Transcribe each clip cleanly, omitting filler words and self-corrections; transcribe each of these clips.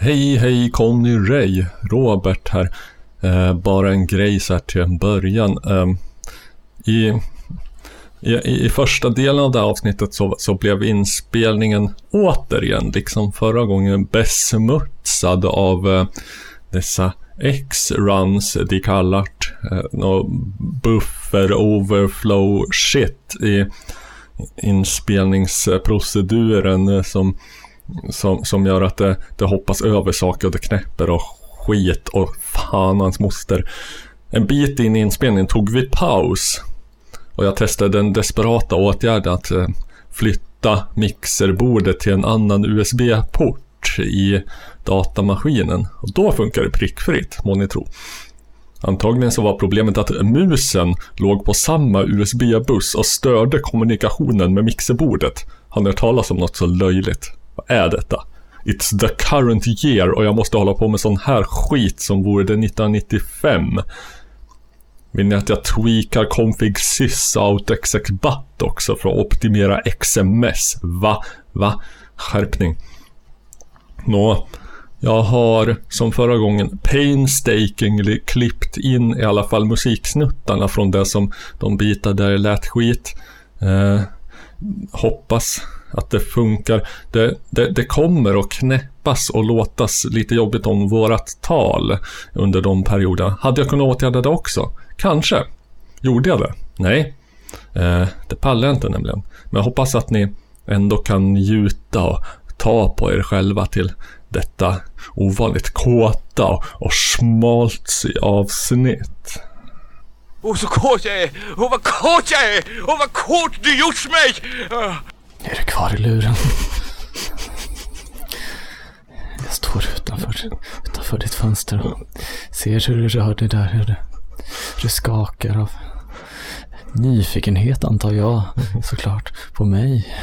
Hej Conny Ray, Robert här. Bara en grej så här till en början. I första delen av det här avsnittet så blev inspelningen återigen, liksom förra gången, besmutsad av dessa X-runs de kallat. Buffer overflow shit i inspelningsproceduren som gör att det hoppas över saker och det knäpper och skit och fan hans moster. En bit in i inspelningen tog vi paus och jag testade den desperata åtgärden att flytta mixerbordet till en annan USB-port i datamaskinen, och då funkar det prickfritt, må ni tro. Antagligen så var problemet att musen låg på samma USB-buss och störde kommunikationen med mixerbordet. Han har hört talas om något så löjligt. Vad är detta? It's the current year och jag måste hålla på med sån här skit som vore det 1995. Vill ni att jag tweakar config sys out exec bat också för att optimera XMS? Va? Skärpning. Jag har som förra gången painstakingly klippt in i alla fall musiksnuttarna från det som de bitar där lät skit. Hoppas att det funkar. Det kommer att knäppas och låtas lite jobbigt om vårat tal under de perioderna. Hade jag kunnat åtgärda det också? Kanske. Gjorde jag det? Nej. Det pallar jag inte nämligen. Men jag hoppas att ni ändå kan njuta och ta på er själva till detta ovanligt kåta och schmaltzy avsnitt. Så kåt jag är! Vad kåt jag är! Vad kåt du gjort mig! Är du kvar i luren? Jag står utanför ditt fönster och ser hur du rör dig där, hur du skakar av nyfikenhet, antar jag, såklart, på mig.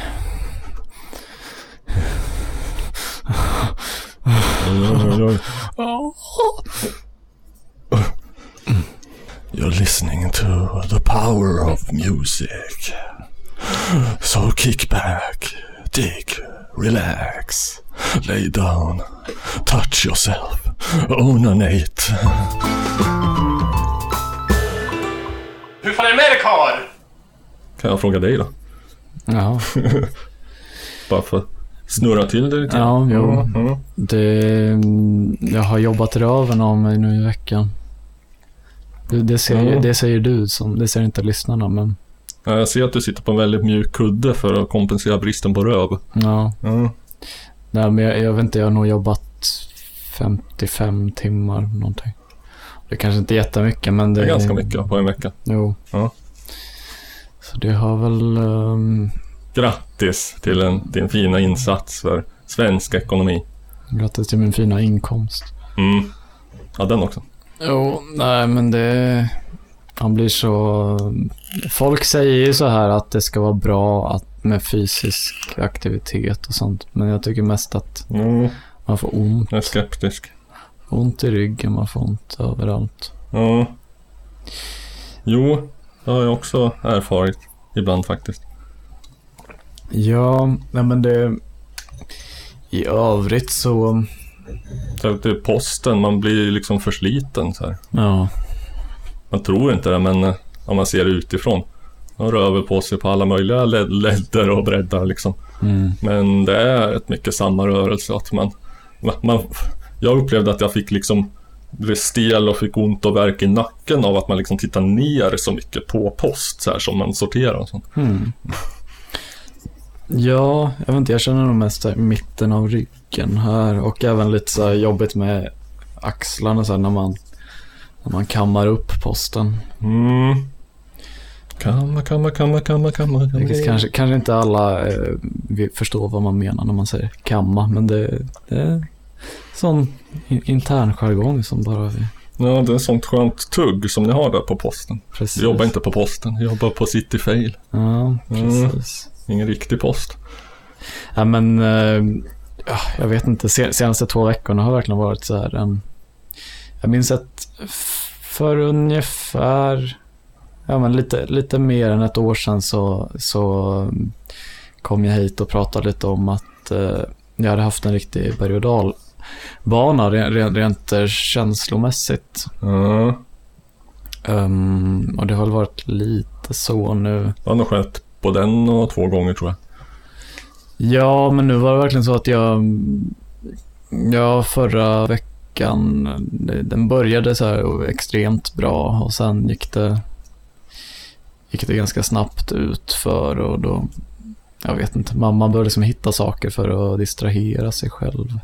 You're listening to the power of music. So kick back, dig, relax, lay down, touch yourself, onanate. Hur fan är det med dig, karl? Kan jag fråga dig då? Ja. Bara för snurra till det lite. Ja, jo. Jag har jobbat röven av mig nu i veckan. Det säger du, det säger inte lyssnarna, men... Jag ser att du sitter på en väldigt mjuk kudde för att kompensera bristen på röv. Ja. Nej, men jag vet inte, jag har nog jobbat 55 timmar någonting. Det är kanske inte jättemycket, men det är ganska mycket på en vecka. Jo. Ja. Så det har väl... Grattis till din fina insats för svensk ekonomi. Grattis till min fina inkomst. Ja, den också. Jo, nej, men det... Han blir så... Folk säger ju så här att det ska vara bra med fysisk aktivitet och sånt. Men jag tycker mest att man får ont. Jag är skeptisk. Ont i ryggen, man får ont överallt. Ja. Jo, det har jag också erfarit ibland faktiskt. Ja, nej, men det... I övrigt så... Det är posten, man blir liksom försliten så här. Ja. Man tror inte det, men om man ser det utifrån. Man rör på sig på alla möjliga ledder och breddar liksom. Men det är ett mycket samma rörelse att jag upplevde att jag fick liksom blev stel och fick ont och värk i nacken av att man liksom tittar ner så mycket på post så här som man sorterar och sånt. Ja, jag vet inte, jag känner nog mest i mitten av ryggen här och även lite så här jobbigt med axlarna så här, när man kammar upp posten. Kamma. Kanske inte alla förstår vad man menar när man säger kamma, men det är sån intern jargong som bara vi... Ja, det är sånt skönt tugg som ni har där på posten. Precis. Jag jobbar inte på posten, jag jobbar på Cityfail. Ja, precis. Ingen riktig post. Ja, men jag vet inte, senaste 2 veckorna har verkligen varit så här jag minns att för ungefär lite mer än ett år sedan så kom jag hit och pratade lite om att jag hade haft en riktig berg- och vana rent känslomässigt. Och det har väl varit lite så nu. Det har nog skett på den och 2 gånger tror jag. Ja, men nu var det verkligen så att jag förra veckan, den började så här extremt bra och sen gick det ganska snabbt ut för, och då, jag vet inte, mamma började liksom hitta saker för att distrahera sig själv.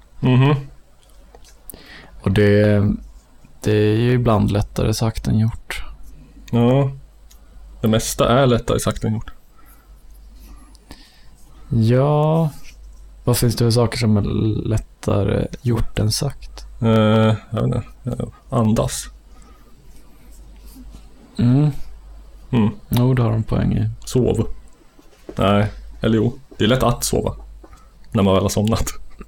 Och det är ju ibland lättare sagt än gjort. Ja, det mesta är lättare sagt än gjort. Ja, vad finns det för saker som är lättare gjort än sagt? Jag vet inte, andas. Jo, det har de poäng i. Sov. Nej, eller jo, det är lätt att sova när man väl har somnat.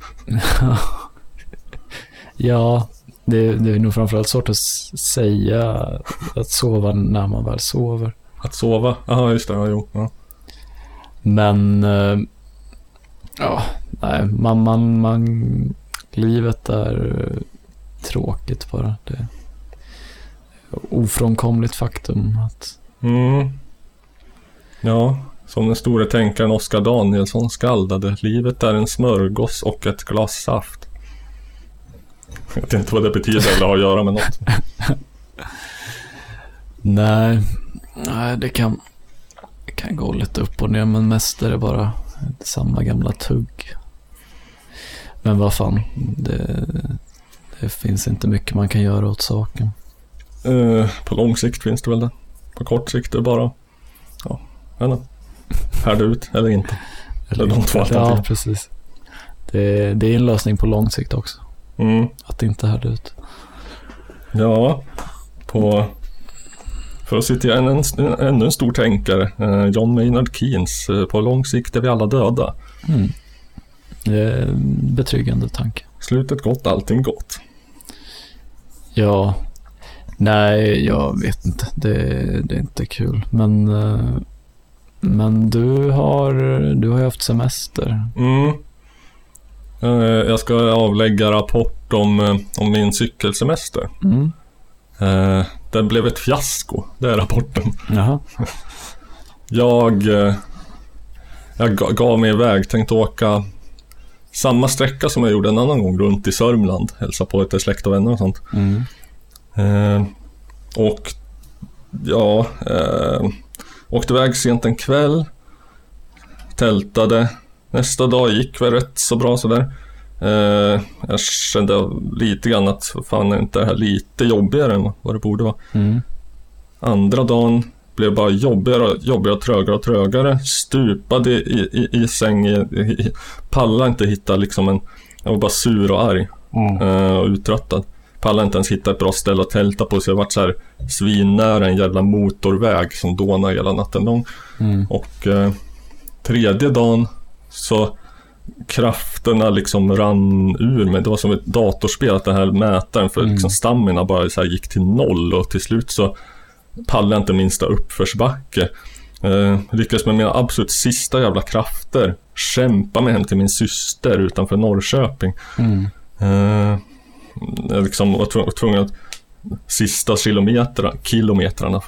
Ja, det är nog framförallt svårt att säga att sova när man väl sover. Att sova? Jaha, just det, jo. Ja. Men ja, nej, man livet är tråkigt bara. Det är ofrånkomligt faktum att ja, som den store tänkaren Oscar Danielsson skaldade: livet är en smörgås och ett glas saft. Jag vet inte vad det betyder eller har att göra med något. Nej, det kan gå lite upp och ner, men mest är det bara samma gamla tugg. Men vad fan, det finns inte mycket man kan göra åt saken. På lång sikt finns det väl det. På kort sikt är det bara härda ut eller inte. Eller de 2 alternativen. Ja, precis. Det är en lösning på lång sikt också. Att inte härda ut. Ja, för att citera ännu en stor tänkare, John Maynard Keynes, på lång sikt är vi alla döda. Det är en betryggande tanke. Slutet gott, allting gott. Ja, nej, jag vet inte. Det är inte kul. Men du har ju haft semester. Jag ska avlägga rapport om min cykelsemester. Den blev ett fiasko, det är rapporten. Jaha. Jag gav mig iväg, tänkte åka samma sträcka som jag gjorde en annan gång runt i Sörmland, hälsa på lite släkt och vänner och sånt. Och ja, åkte iväg sent en kväll, tältade. Nästa dag gick väl rätt så bra sådär. Jag kände lite grann att fan, är inte det här lite jobbigare än vad det borde vara. Andra dagen blev bara jobbigare, trögare. Stupade i säng, pallade inte hitta liksom jag var bara sur och arg och uttröttad. Pallade inte ens hitta ett bra ställe att tälta på, så jag vart så här svinnära en jävla motorväg som dånade hela natten lång. Och tredje dagen så krafterna liksom rann ur mig. Det var som ett datorspel, att den här mätaren för liksom stamina bara så här gick till 0, och till slut så pallade jag inte minsta uppförsbacke. Lyckades med mina absolut sista jävla krafter kämpa mig hem till min syster utanför Norrköping. Jag liksom var tvungen att sista kilometrarna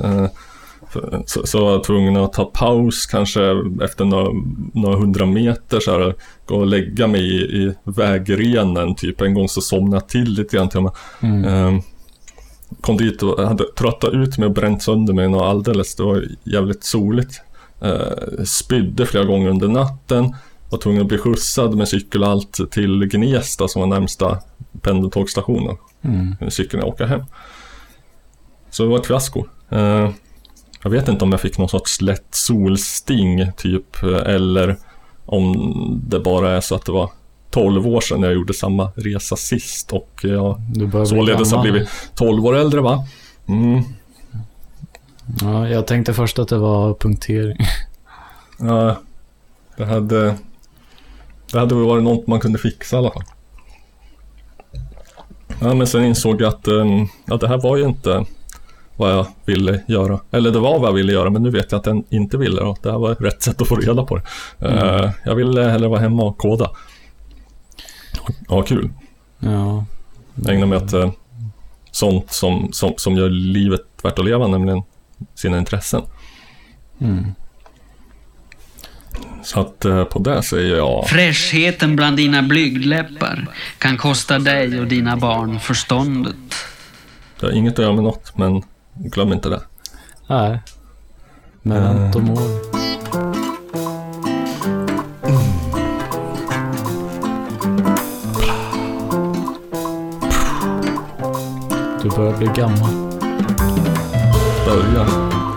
så var jag tvungen att ta paus kanske efter några 100 meter så här, gå och lägga mig i vägrenen typ. En gång så somnade jag till lite grann till mig. Kom dit och hade tröttat ut mig och bränt sönder mig och alldeles. Det var jävligt soligt. Spydde flera gånger under natten. Var tvungen att bli skjutsad med cykel och allt till Gnesta som var närmsta pendeltågstationen. Cykeln jag åka hem. Så det var ett fiasko. Jag vet inte om jag fick någon sorts lätt solsting typ, eller om det bara är så att det var 12 år sedan jag gjorde samma resa sist, och jag således har blivit 12 år äldre, va? Ja, jag tänkte först att det var punktering. Ja, det hade varit något man kunde fixa i alla fall. Ja, men sen insåg jag att det här var ju inte vad jag ville göra. Eller det var vad jag ville göra, men nu vet jag att jag inte ville det. Det här var rätt sätt att få reda på det. Jag ville hellre vara hemma och koda. ha kul. Ja. Ägna mig åt sånt som gör livet värt att leva, nämligen sina intressen. Så att på det säger jag... Fräschheten bland dina blygdläppar kan kosta dig och dina barn förståndet. Det har inget att göra med något, men glöm inte det. Nej. Memento mori. Du börjar bli gammal. Börja.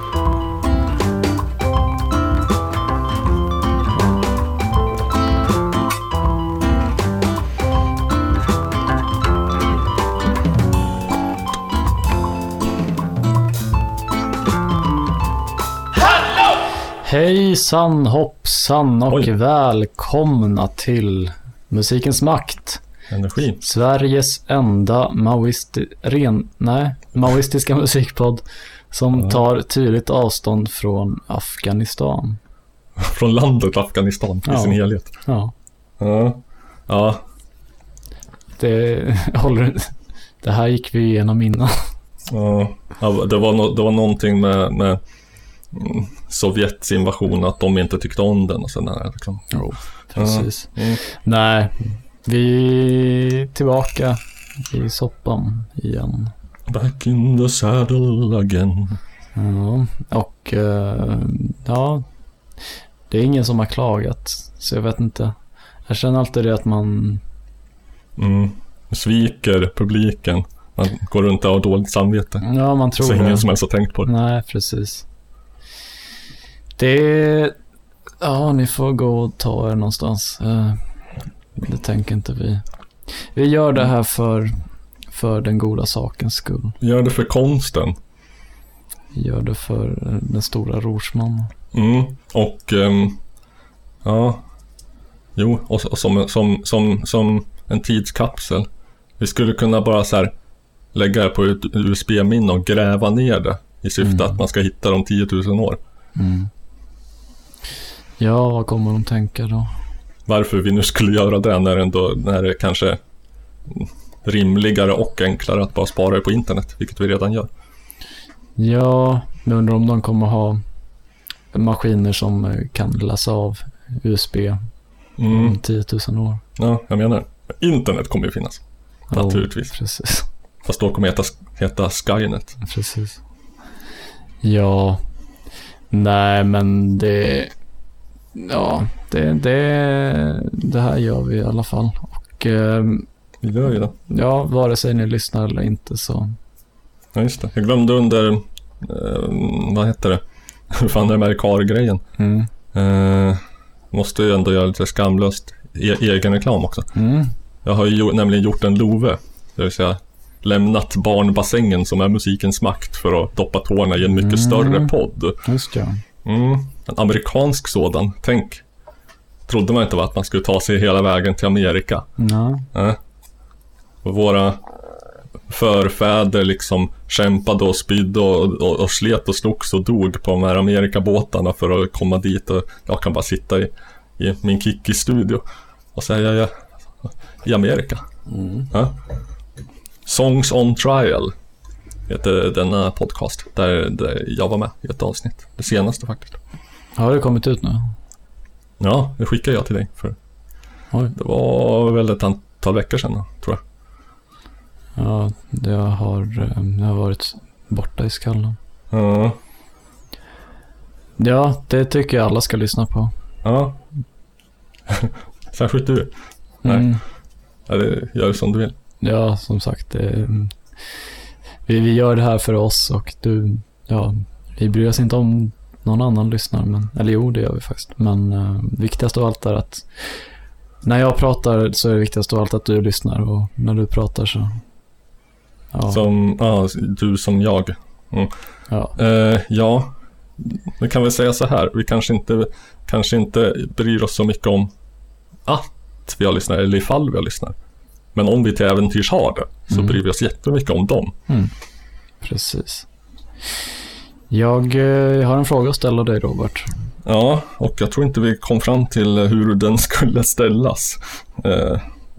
Hejsan, hoppsan och välkomna till Musikens makt. Energi. Sveriges enda maoistiska musikpodd som tar tydligt avstånd från Afghanistan. Från landet Afghanistan i sin helhet. Ja. Ja. Det här gick vi igenom innan. Ja, det var någonting med Sovjets invasion, att de inte tyckte om den och sådär liksom. Precis. Nej, vi är tillbaka i soppan igen. Back in the saddle again. Ja, och det är ingen som har klagat, så jag vet inte. Jag känner alltid det att man sviker publiken. Man går runt och har dåligt samvete. Ja, man tror så det. Ingen som helst har tänkt på det. Nej, precis. Ni får gå och ta er någonstans. Det tänker inte vi. Vi gör det här för den goda sakens skull. Vi gör det för konsten. Vi gör det för den stora rorsmannen. Och och som en tidskapsel. Vi skulle kunna bara så här lägga det på ett USB-minne och gräva ner det i syfte att man ska hitta dem 10 000 år. Ja, vad kommer de tänka då? Varför vi nu skulle göra det när det kanske är rimligare och enklare att bara spara det på internet, vilket vi redan gör. Ja, men undrar om de kommer ha maskiner som kan läsa av USB om 10 000 år. Ja, jag menar. Internet kommer ju finnas. Naturligtvis. Precis. Fast då kommer det heta Skynet. Precis. Ja. Nej, men det här gör vi i alla fall. Och vi gör ju det. Ja, vare sig ni lyssnar eller inte så. Ja, just det. Jag glömde under vad heter det? Hur fan är det med Karl-grejen? Måste ju ändå göra lite skamlöst egen reklam också. Jag har ju nämligen gjort en Love. Det vill säga lämnat barnbassängen som är musikens makt för att doppa tårna i en mycket större podd. Just det. En amerikansk sådan. Tänk. Trodde man inte att man skulle ta sig hela vägen till Amerika. Och våra förfäder liksom kämpade och spydde och slet och slogs och dog på de här Amerikabåtarna för att komma dit, och jag kan bara sitta i min Kiki-studio och säga i Amerika. Songs on Trial heter denna podcast där jag var med i ett avsnitt, det senaste faktiskt. Har det kommit ut nu? Ja, det skickade jag till dig för. Det var väl ett antal veckor sedan, tror jag. Ja, jag har varit borta i skallen. Ja, det tycker jag alla ska lyssna på. Ja. Särskilt du. Nej. Ja, det gör som du vill. Ja, som sagt, vi gör det här för oss, och vi bryr oss inte om någon annan lyssnar, eller jo, det gör vi faktiskt. Men viktigast av allt är att när jag pratar så är det viktigast av allt att du lyssnar, och när du pratar så du som jag. Vi kan väl säga så här, vi kanske inte bryr oss så mycket om att vi har lyssnat eller ifall vi har lyssnat. Men om vi till äventyrs har det så bryr vi oss jättemycket om dem. Precis. Jag har en fråga att ställa dig, Robert. Ja, och jag tror inte vi kom fram till hur den skulle ställas.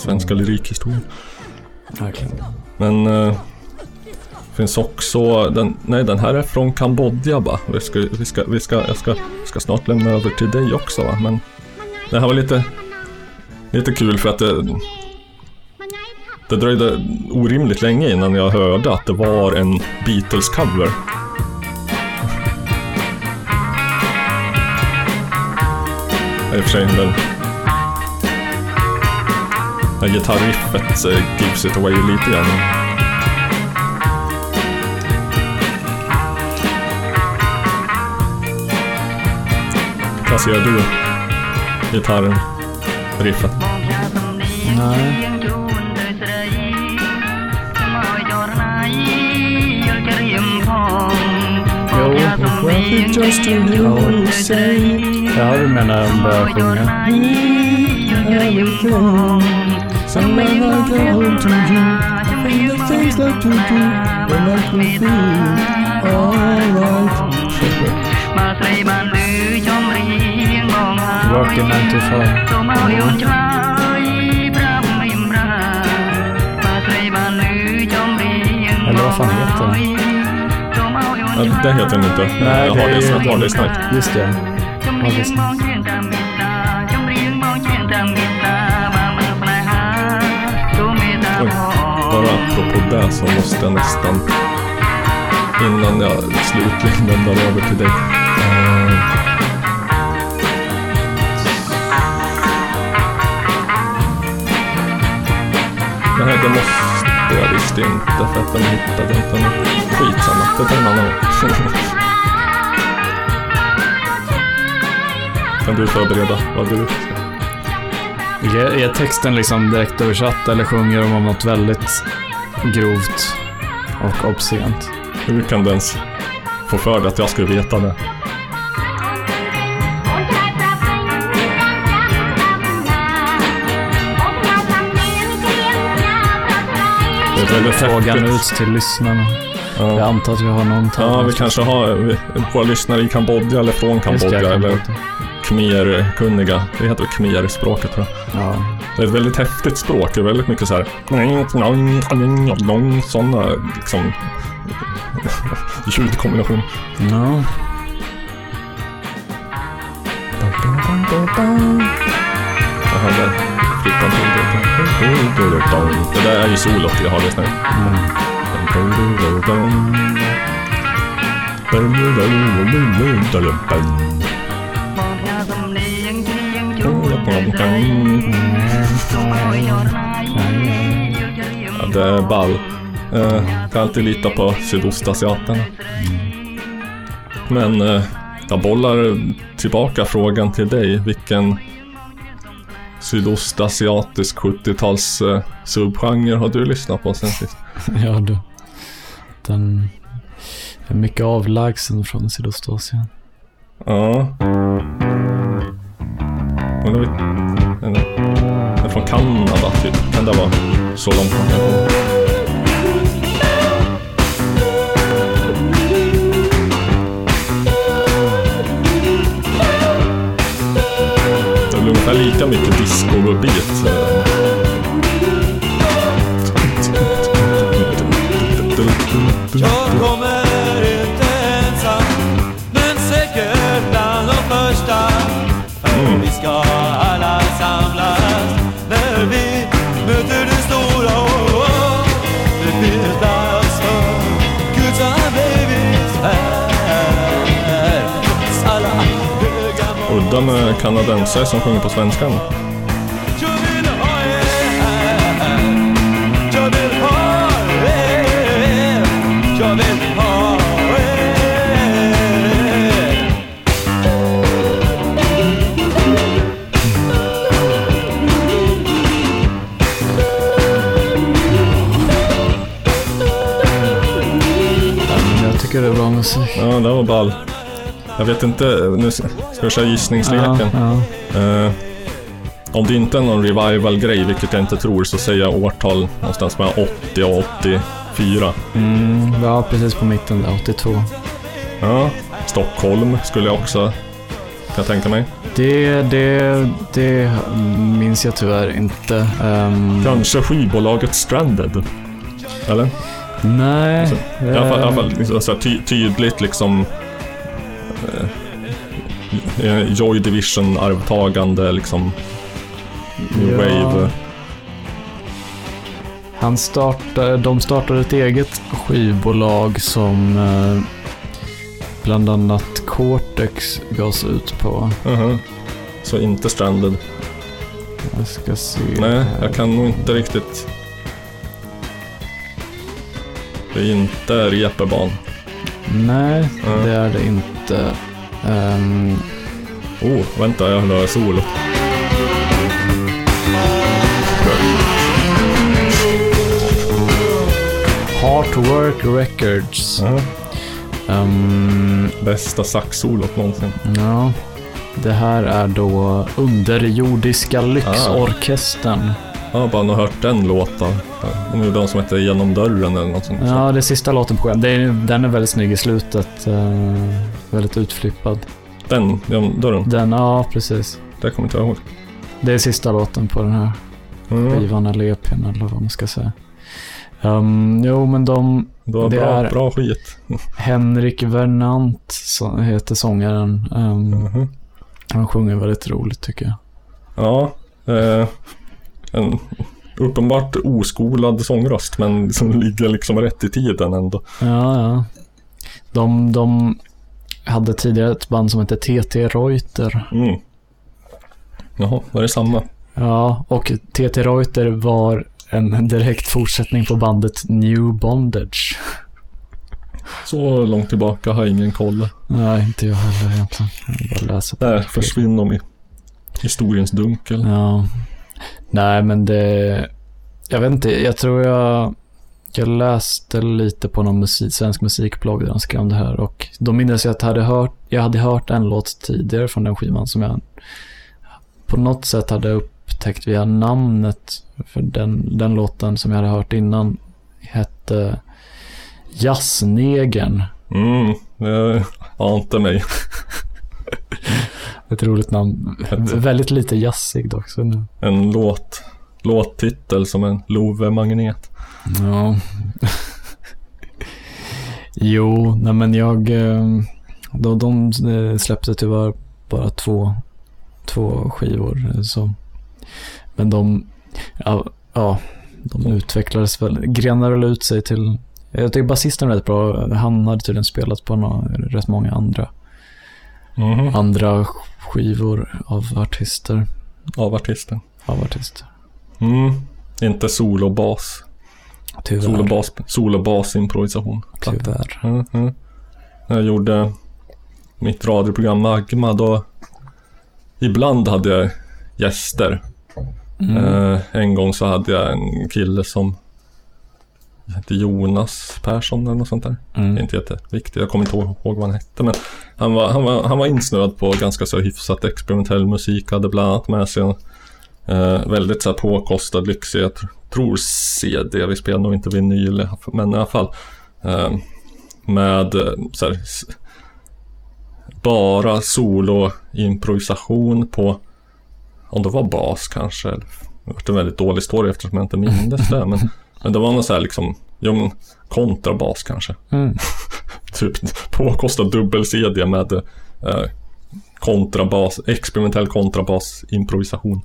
svenska lyrikhistorien. Verkligen. Men finns också den här är från Kambodja va. Jag ska snart lämna över till dig också va. Men det här var lite kul för att det dröjde orimligt länge innan jag hörde att det var en Beatles-cover. I och för sig väl det här gitarriffet gives it away lite grann. Vad ser du? Gitarren, riffet? Nej. Jo, ja, du menar om börjar sjunga. Working 9 to 5. Eller vad fan heter den? Ja, det heter den inte. Nej, jag har det snart. Just det. Har det snart. Bara apropå det så måste jag nästan innan jag slutligen lämnar över till dig. Det måste jag visst inte för att de hittade inte något skitsamma. Det tar en annan gång. Kan du förbereda vad du ska? Är texten liksom direkt översatt eller sjunger de om något väldigt grovt och obscent? Hur kan du ens få för dig att jag skulle veta det? Frågan ut till lyssnarna. Ja. Jag antar att vi har någon tal. Ja, vi kanske har våra lyssnare i Kambodja eller från Kambodja eller khmer-kunniga. Det heter khmer-språket tror jag. Ja. Det är ett väldigt häftigt språk. Det är väldigt mycket så här sådana liksom ljudkombination. Ja. Jag hade flyttat till det. Det där är ju solot jag har lyssnat. Ja, det är ball. Kan alltid lita på sydostasiaterna. Men jag bollar tillbaka frågan till dig. Vilken sydostasiatisk 70-tals subgenre har du lyssnat på sen sist? Ja, du. Den är mycket avlägsen från Sydostasien. Ja. Den är från Kanada typ. Kan det vara så långt man kan gå? Det är ungefär lika mycket disco och beat. Jag kommer inte ensam, men säkert bland de första. Vi ska alla samlas när vi möter det stora. Det blir dags för Guds babies här. Alla höga mål. Udda med kanadensare som sjunger på svenskan. Det är bra musik. Ja, det var ball. Jag vet inte, nu ska jag köra gissningsleken. Ja. Om det inte är någon revival-grej, vilket jag inte tror, så säger jag årtal någonstans mellan 80 och 84. Ja, precis på mitten där, 82. Ja, Stockholm skulle jag också jag tänka mig. Det minns jag tyvärr inte. Kanske skivbolaget Stranded? Eller? Nej. Alltså, i alla fall liksom, så tydligt liksom Joy Division arvtagande liksom New Wave. De startade ett eget skivbolag som bland annat Cortex gavs ut på. Så inte Stranded. Jag ska se. Nej, jag kan nog inte riktigt. Det är inte Reeperbahn. Nej, det är det inte. Vänta, jag hör solo. Heartwork Records. Bästa saxsolot någonsin. Ja, det här är då Underjordiska Lyxorkestern. Jag har bara nog hört den låten. Nu är de som heter Genom dörren eller något sånt. Ja, det är sista låten på skärmen. Den är väldigt snygg i slutet. Väldigt utflippad. Den, Genom dörren? Ja, precis. Det kommer inte jag ihåg. Det är sista låten på den här skivan eller EPn eller vad man ska säga. Jo, men det är bra skit. Henrik Vernant heter sångaren. Han sjunger väldigt roligt tycker jag. Ja, en uppenbart oskolad sångröst, men som ligger liksom rätt i tiden ändå. Ja. De hade tidigare ett band som hette TT Reuter. Jaha, var det samma? Ja, och TT Reuter var en direkt fortsättning på bandet New Bondage. Så långt tillbaka har ingen koll. Nej, inte jag heller egentligen. Jag bara läser på. Där försvinner de i historiens dunkel. Ja. Nej, men det... Jag vet inte, jag tror jag läste lite på någon svensk musikblogg där de skrev om det här. Och då minns jag att jag hade hört en låt tidigare från den skivan som jag på något sätt hade upptäckt via namnet. För den låten som jag hade hört innan hette Jazznegern. Det var inte mig. Ett roligt namn. Väldigt lite jazzigt också nu. En låttitel som en Love-magnet. Ja. Jo, nej men de släppte tyvärr bara två skivor så. Men de utvecklades väl, grenade ut sig till, jag tycker basisten är rätt bra. Han hade tydligen spelat på rätt många andra skivor av artister. Inte solobas. Tyvärr. Solobas improvisation. Tyvärr. När jag gjorde mitt radioprogram Magma, då ibland hade jag gäster. En gång så hade jag en kille som hette Jonas Persson eller något sånt där. Inte jätteviktigt, jag kommer inte ihåg vad han hette, men han var insnöad på ganska så hyfsat experimentell musik, hade bland annat med sig väldigt så här påkostad lyxig, jag tror CD, vi spelade nog inte vinyl, men i alla fall med så här, bara solo improvisation på, om det var bas kanske, det var en väldigt dålig story eftersom jag inte minns det, men det var något så här liksom, kontrabas kanske. Typ påkostad dubbel-CD med kontrabas, experimentell kontrabas improvisation.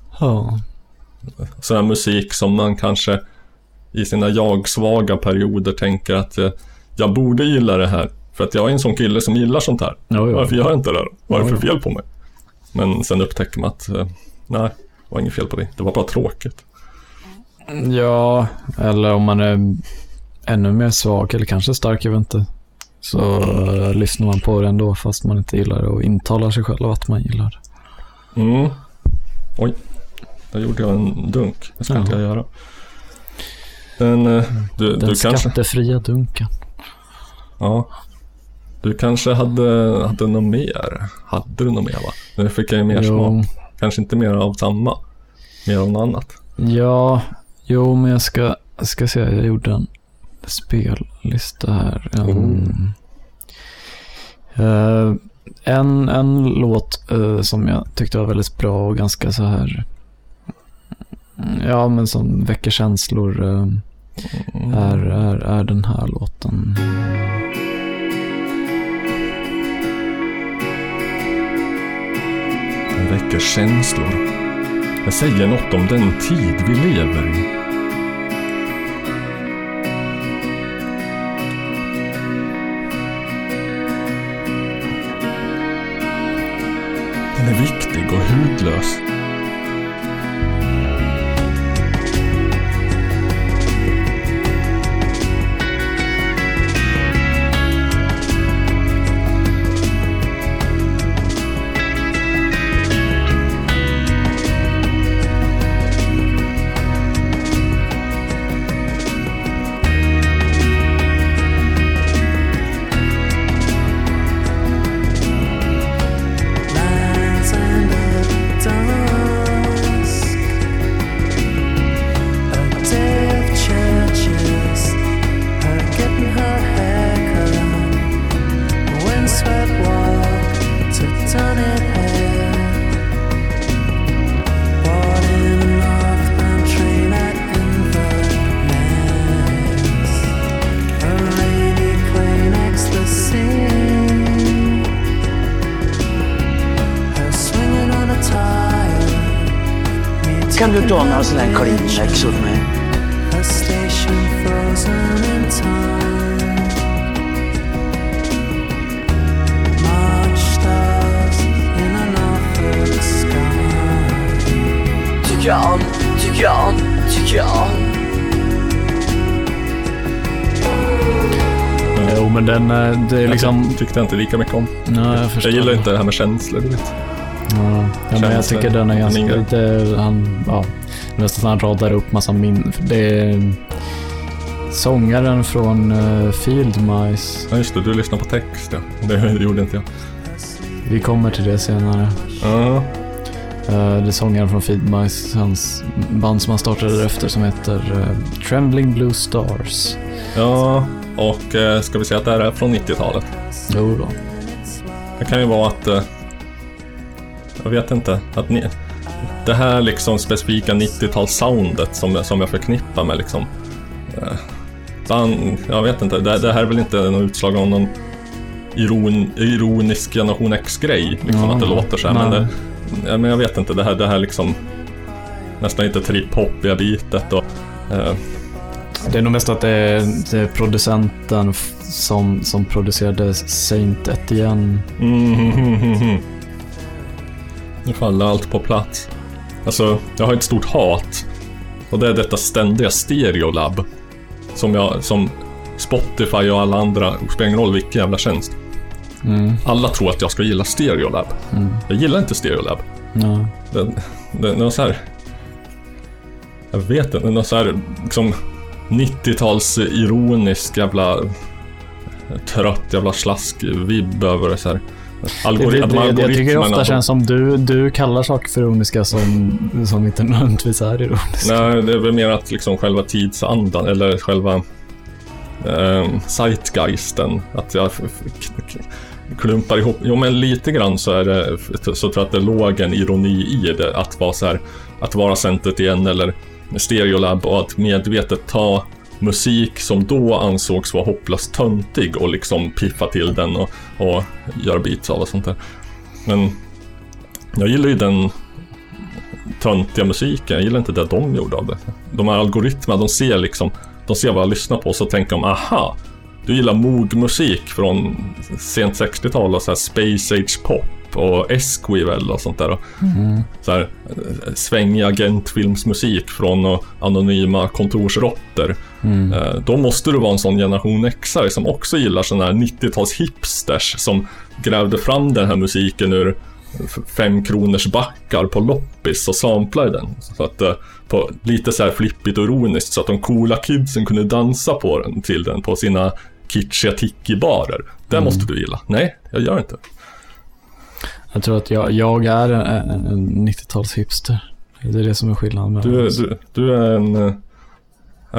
Sån här musik som man kanske i sina jag-svaga perioder tänker att jag borde gilla det här, för att jag är en sån kille som gillar sånt här. Varför gör jag inte det? Vad är det för fel på mig? Men sen upptäcker man att nej, det var inget fel på det. Det var bara tråkigt. Ja, eller om man är ännu mer svag eller kanske stark, jag vet inte, så lyssnar man på det ändå fast man inte gillar det och intalar sig själv att man gillar det. Oj, där gjorde jag en dunk. Det ska inte jag göra. Den du skattefria dunken. Ja. Du kanske hade något mer. Hade du något mer, va? Nu fick jag ju mer smak. Kanske inte mer av samma. Mer av något annat. Ja, men jag ska se. Jag gjorde en spellista här. En låt som jag tyckte var väldigt bra och ganska så här, ja men som väcker känslor, är den här låten. Den väcker känslor. Jag säger något om den tid vi lever i. Den är viktig och hudlös. Kan du ta några sådana här Kleenex åt mig? Tycker jag. Jo, men den, det är liksom... Jag tyckte inte lika mycket om. Ja, jag förstår. Jag gillar inte det här med känslor, du vet. Ja, men jag tycker den är ganska lite, nästan han radar upp massa det är sångaren från Field Mice. Ja just det, du lyssnar på text, ja. Det gjorde inte jag. Vi kommer till det senare. Ja. Det är sångaren från Field Mice, hans band som han startade efter som heter Trembling Blue Stars. Ja, och ska vi säga att det här är från 90-talet? Jo då. Det kan ju vara att jag vet inte, att det här liksom specifika 90-tals-soundet som jag förknippar med liksom, jag vet inte, det här är väl inte någon utslag av någon ironisk Generation X-grej liksom, att det låter så här, men jag vet inte, det här liksom nästan inte trip-hoppiga bitet och det är nog mest att det är producenten som producerade Saint Etienne. Nu faller allt på plats. Alltså, jag har ett stort hat. Och det är detta ständiga Stereolab. Som Spotify och alla andra, spelar ingen roll vilken jävla tjänst. Alla tror att jag ska gilla Stereolab. Jag gillar inte Stereolab. Det är något så här, jag vet inte, något så här liksom 90-tals ironisk jävla trött jävla slask-vibb över det så här. Jag tycker ofta känns som du kallar saker för ironiska som inte nödvändigtvis är ironiska. Nej, det är väl mer att liksom själva tidsandan eller själva zeitgeisten, att jag klumpar ihop. Jo, men lite grann så är det, så tror jag att det låg en ironi i det, att vara så här, att vara centret igen eller Stereolab, och att medvetet ta musik som då ansågs vara hopplöst töntig och liksom piffa till den och göra beats av och sånt där. Men jag gillar ju den töntiga musiken. Jag gillar inte det de gjorde av det. De här algoritmerna, de ser vad jag lyssnar på, så tänker de, aha, du gillar Moog-musik från sent 60-tal och så här Space Age Pop och Esquivel och sånt där. Så här svängig agentfilmsmusik från anonyma kontorsrotter. Då måste du vara en sån generation X-are som också gillar såna här 90-tals hipsters som grävde fram den här musiken ur 5 kronors backar på loppis och samplade den. Så att på lite så här flippigt och ironiskt, så att de coola kidsen kunde dansa på den till den på sina kitschiga tiki-barer. Det måste du gilla. Nej, jag gör inte. Jag tror att jag är en 90-tals hipster. Det är det som är skillnaden med du är en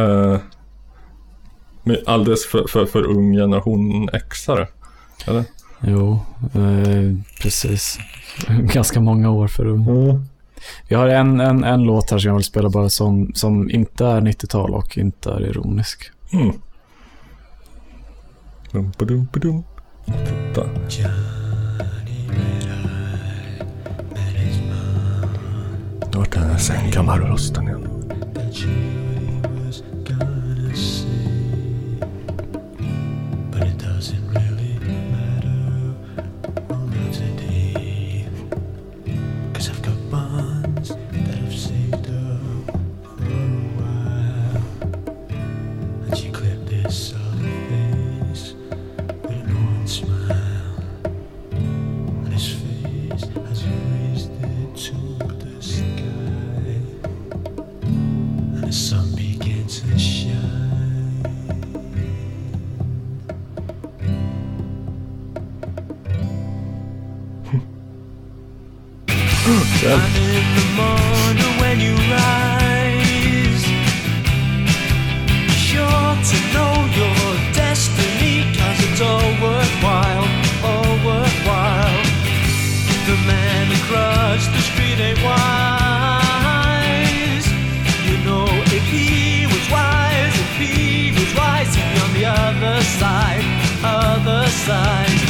alldeles för ung generation X-are, eller? Jo, precis. Ganska många år för ung. Vi har en låt här som jag vill spela bara som inte är 90-tal och inte är ironisk. Dum-ba-dum-ba-dum. Titta. Det var den här sängkammarrösten igen. And in the morning when you rise, sure to know your destiny, 'cause it's all worthwhile, all worthwhile. The man across the street ain't wise. You know if he was wise, he'd be on the other side, other side.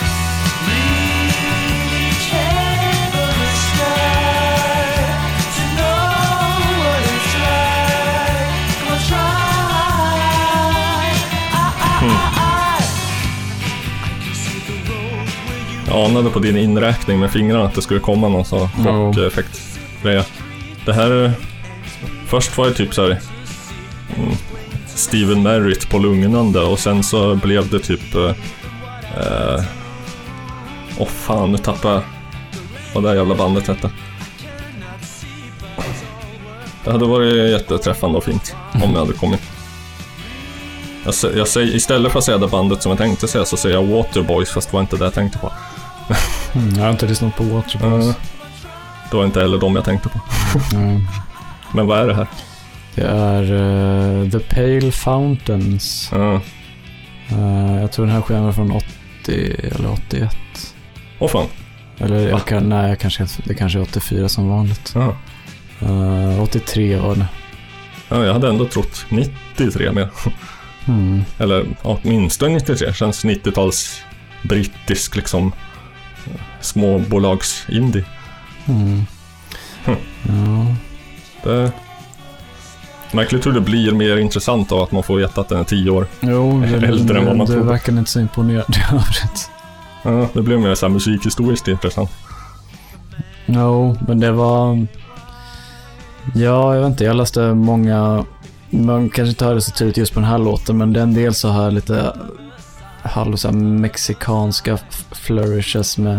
Jag anade på din inräkning med fingrarna att det skulle komma någon sån rock-effekt-greja. Det här... Först var det typ så här... Steven Merritt på lugnande, och sen så blev det typ... fan, nu tappade jag vad det här jävla bandet hette. Det hade varit jätteträffande och fint om jag hade kommit. Jag säger, istället för att säga det bandet som jag tänkte säga, så säger jag Waterboys, fast det var inte det jag tänkte på. Jag har inte lyssnat på Waterboys. Det var inte heller de jag tänkte på. Men vad är det här? Det är The Pale Fountains. Jag tror den här skivan var från 80 eller 81. Åh fan. Eller det kanske är 84 som vanligt. 83 var det. Ja, jag hade ändå trott 93 mer. Eller åtminstone 93. Känns 90-tals brittisk liksom småbolags indie. Ja. Det märkligt hur det blir mer intressant av att man får veta att den är 10 år äldre än vad man tror. Du verkar inte så imponerad i övrigt. Ja, det blev mer så här musikhistoriskt intressant. Men det var... Ja, jag vet inte. Jag läste många... Man kanske inte hörde så tydligt just på den här låten, men det är en del så här lite så här mexikanska flourishes med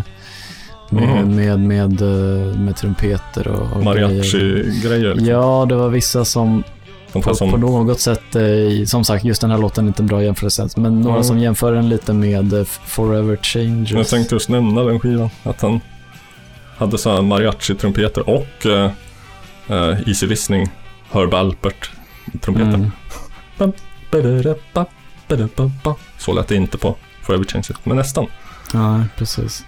trumpeter och mariachi-grejer. Liksom. Ja, det var vissa som på något sätt, som sagt, just den här låten är inte en bra jämförelse, men några som jämför den lite med Forever Changes. Jag tänkte just nämna den skivan, att han hade så här mariachi-trumpeter och Easy Listening, Herb Alpert trumpeter. Så lät det inte på Forever Changes, men nästan. Ja, precis.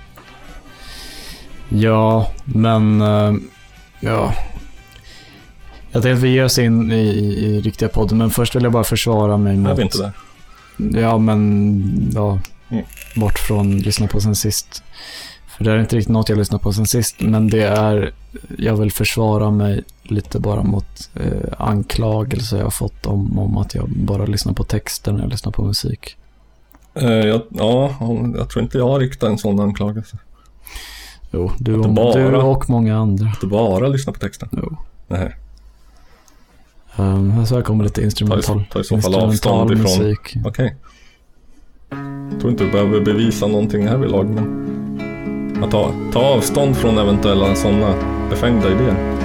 Ja, men ja. Jag tänkte att vi ger oss in i riktiga podden, men först vill jag bara försvara mig mot... Jag vet inte det. Ja, men bort från lyssna på sen sist. För det är inte riktigt något jag lyssnar på sen sist, men det är... Jag vill försvara mig lite bara mot anklagelser jag har fått om att jag bara lyssnar på texter när jag lyssnar på musik. Jag tror inte jag har riktat en sån anklagelse. Jo, du och många andra. Att du bara lyssnar på texten? Jo. Nej. Så här kommer lite instrumental i så fall avstånd ifrån musik. Okej. Jag tror inte du behöver bevisa någonting här vid lag, men att ta avstånd från eventuella sådana befängda idéer.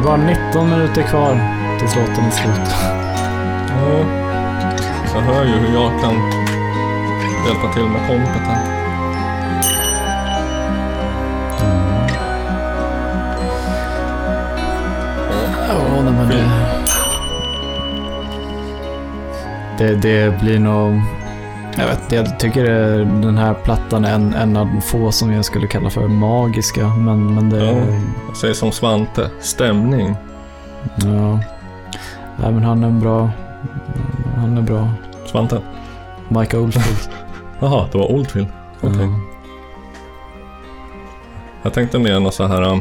är bara 19 minuter kvar tills låten är slut. Ja, jag hör ju hur jag kan hjälpa till med kompet här. Ja, men det blir nog... Jag tycker den här plattan är en av de få som jag skulle kalla för magiska. Men det... Ja, jag säger som Svante, stämning. Ja. Nej, men han är bra. Svante? Mike Oldfield. Jaha, det var Oldfield. Okay. Jag tänkte mer något så här...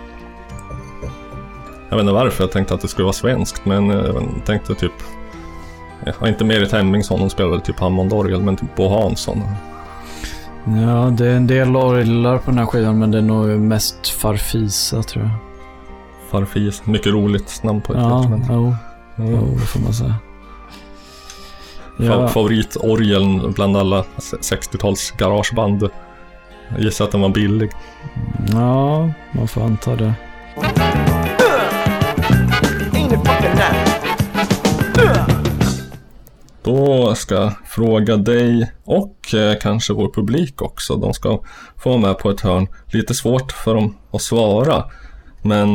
Jag vet inte varför jag tänkte att det skulle vara svenskt, men jag tänkte typ... Ja, inte Merit Hemmingsson, hon spelade typ Hammondorgel, men typ Bo Hansson. Ja, det är en del orglar på den här skivan, men det är nog mest Farfisa, tror jag. Farfisa, mycket roligt namn på ett sätt. Ja, det får man säga. Ja. Favoritorgeln bland alla 60-tals garageband. Jag gissar att den var billig. Ja, man får anta det. Då ska jag fråga dig och kanske vår publik också. De ska få vara med på ett hörn. Lite svårt för dem att svara. Men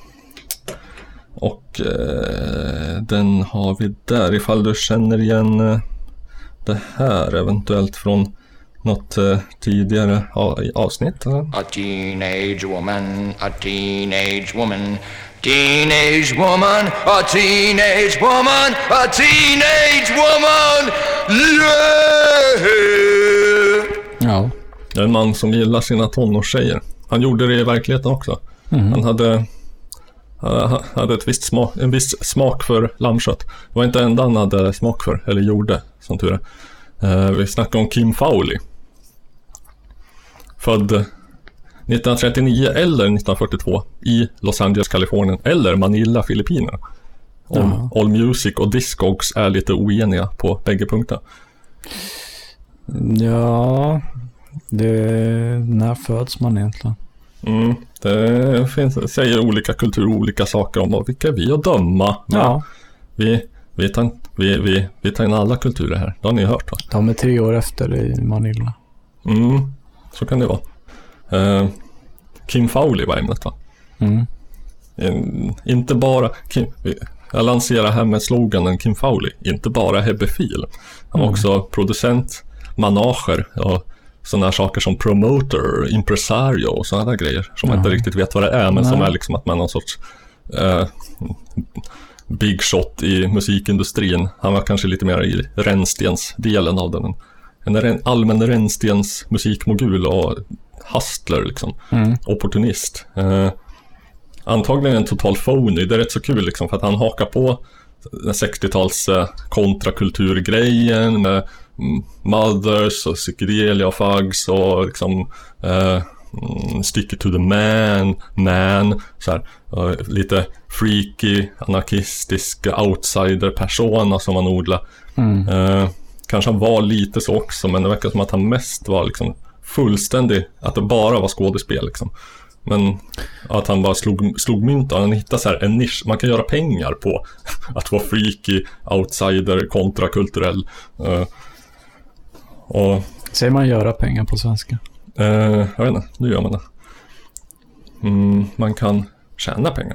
den har vi där. Ifall du känner igen det här eventuellt från något tidigare avsnitt. A teenage woman, a teenage woman. Teenage woman, a teenage woman, a teenage woman, yeah! Ja. Det är en man som gillar sina tonårstjejer. Han gjorde det i verkligheten också. Han hade en viss smak för lammkött. Det var inte enda han hade smak för, eller gjorde, som tur är. Vi snackar om Kim Fowley. Född 1939 eller 1942 i Los Angeles, Kalifornien eller Manila, Filippinerna. All Music och Discogs är lite oeniga på bägge punkter. Ja, när föds man egentligen? Det säger olika kulturer, olika saker om vilka är vi att döma. Ja. Vi tar in alla kulturer här. Det har ni hört, va? De är 3 år efter i Manila. Så kan det vara. Kim Fowley var ämnet, va? Inte bara jag lanserar här med sloganen Kim Fowley, inte bara hebefil. Han var också producent, manager och sådana här saker som promoter, impresario och sådana där grejer som man inte riktigt vet vad det är, men som är liksom att man är någon sorts big shot i musikindustrin. Han var kanske lite mer i rännstensdelen av den. En allmän rännstens musikmogul och hustler liksom. Opportunist. Antagligen en total phony. Det är rätt så kul liksom, för att han hakar på den 60-tals kontrakulturgrejen med Mothers och psychedelia och fags och liksom Stick it to the man så här, lite freaky, anarkistisk outsider-persona som han odlar. Kanske han var lite så också, men det verkar som att han mest var liksom fullständig, att det bara var skådespel liksom. Men att han bara slog mynt och han hittade så här en nisch. Man kan göra pengar på att vara freaky, outsider, kontrakulturell. Och säger man göra pengar på svenska? Jag vet inte, nu gör man det. Man kan tjäna pengar.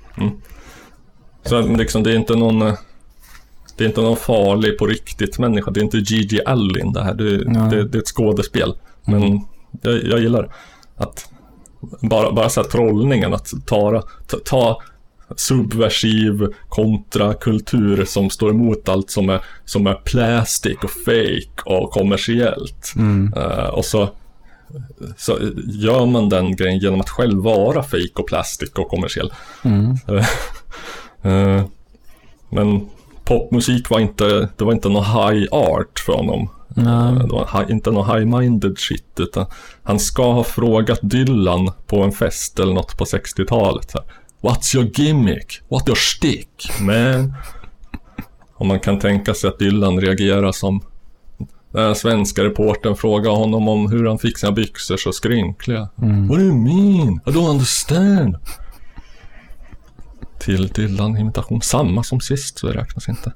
Så liksom, det är inte någon farlig på riktigt människa. Det är inte Gigi Allin det här. Det är ett skådespel. Men jag gillar att bara så här trollningen, att ta subversiv kontrakultur som står emot allt som är plastic och fake och kommersiellt. Och så gör man den grejen genom att själv vara fake och plastic och kommersiell. Men popmusik var inte någon high art för honom. Det var inte någon high-minded shit, utan han ska ha frågat Dylan på en fest eller något på 60-talet så här, what's your gimmick? What's your stick, man? Och man kan tänka sig att Dylan reagerar som den svenska reportern frågar honom om hur han fick sina byxor så skrynkliga. What do you mean? I don't understand. till Dylan-imitation. Samma som sist, så det räknas inte.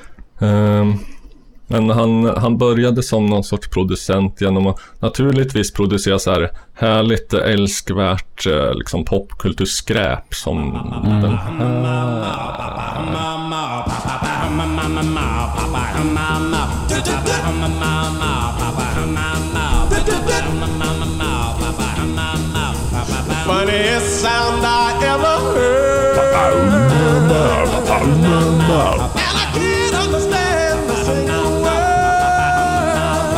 Men han började som någon sorts producent genom att naturligtvis producera så här härligt älskvärt liksom popkulturskräp som den här. Funniest sound I ever heard. And I can't understand the single word.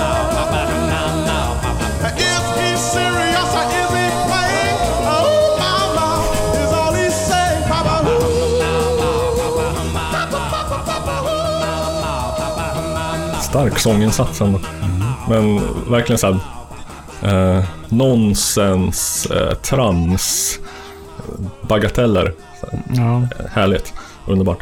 Is he serious or is he playing? Oh, mama, is all he's saying. Stark sånginsats ändå. Men verkligen så här nonsens, trams, bagateller. Ja. Härligt, underbart.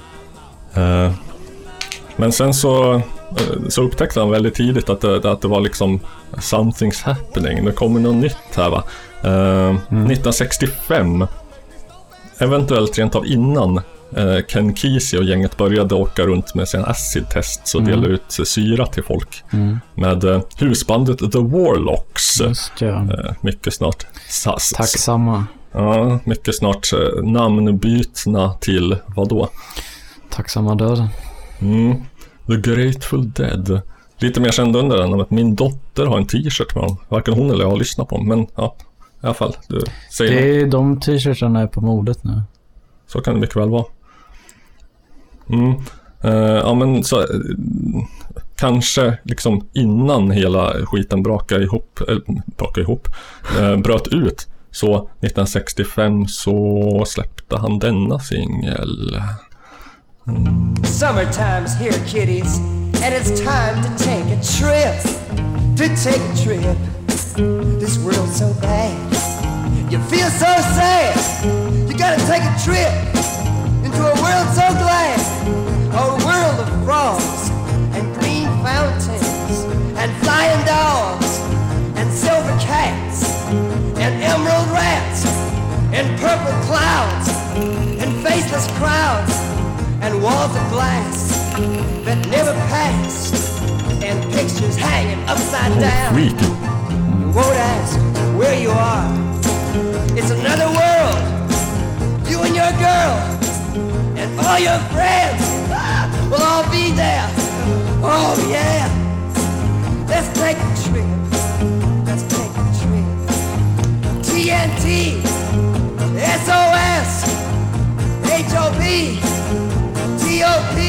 Men sen så upptäckte han väldigt tidigt att det var liksom something's happening. Det kommer något nytt här, va? 1965, eventuellt rent av innan Ken Kesey och gänget började åka runt med sin acid-test och dela ut syra till folk med husbandet The Warlocks. Just det. Mycket snart Tacksamma. Ja, mycket snart namnbytna till vad då? Tacksamma döden. The Grateful Dead. Lite mer känd under den, att min dotter har en t-shirt med dem. Varken hon eller jag har lyssnat på dem, men ja, i alla fall. Det är de t-shirtarna är på modet nu. Så kan det mycket väl vara. Ja, men så kanske liksom innan hela skiten bröt ut, så 1965 så släppte han denna singel. Summertime's here, kiddies, and it's time to take a trip. This world's so bad, you feel so sad. You gotta take a trip into a world so glad. A world of frogs and green fountains and flying dogs and silver cats and emerald rats and purple clouds and faceless crowds and walls of glass that never pass and pictures hanging upside down. You won't ask where you are. It's another world. You and your girl and all your friends will all be there. Oh yeah. Let's take a trip. Let's take a trip. TNT, SOS, HOP, TOP.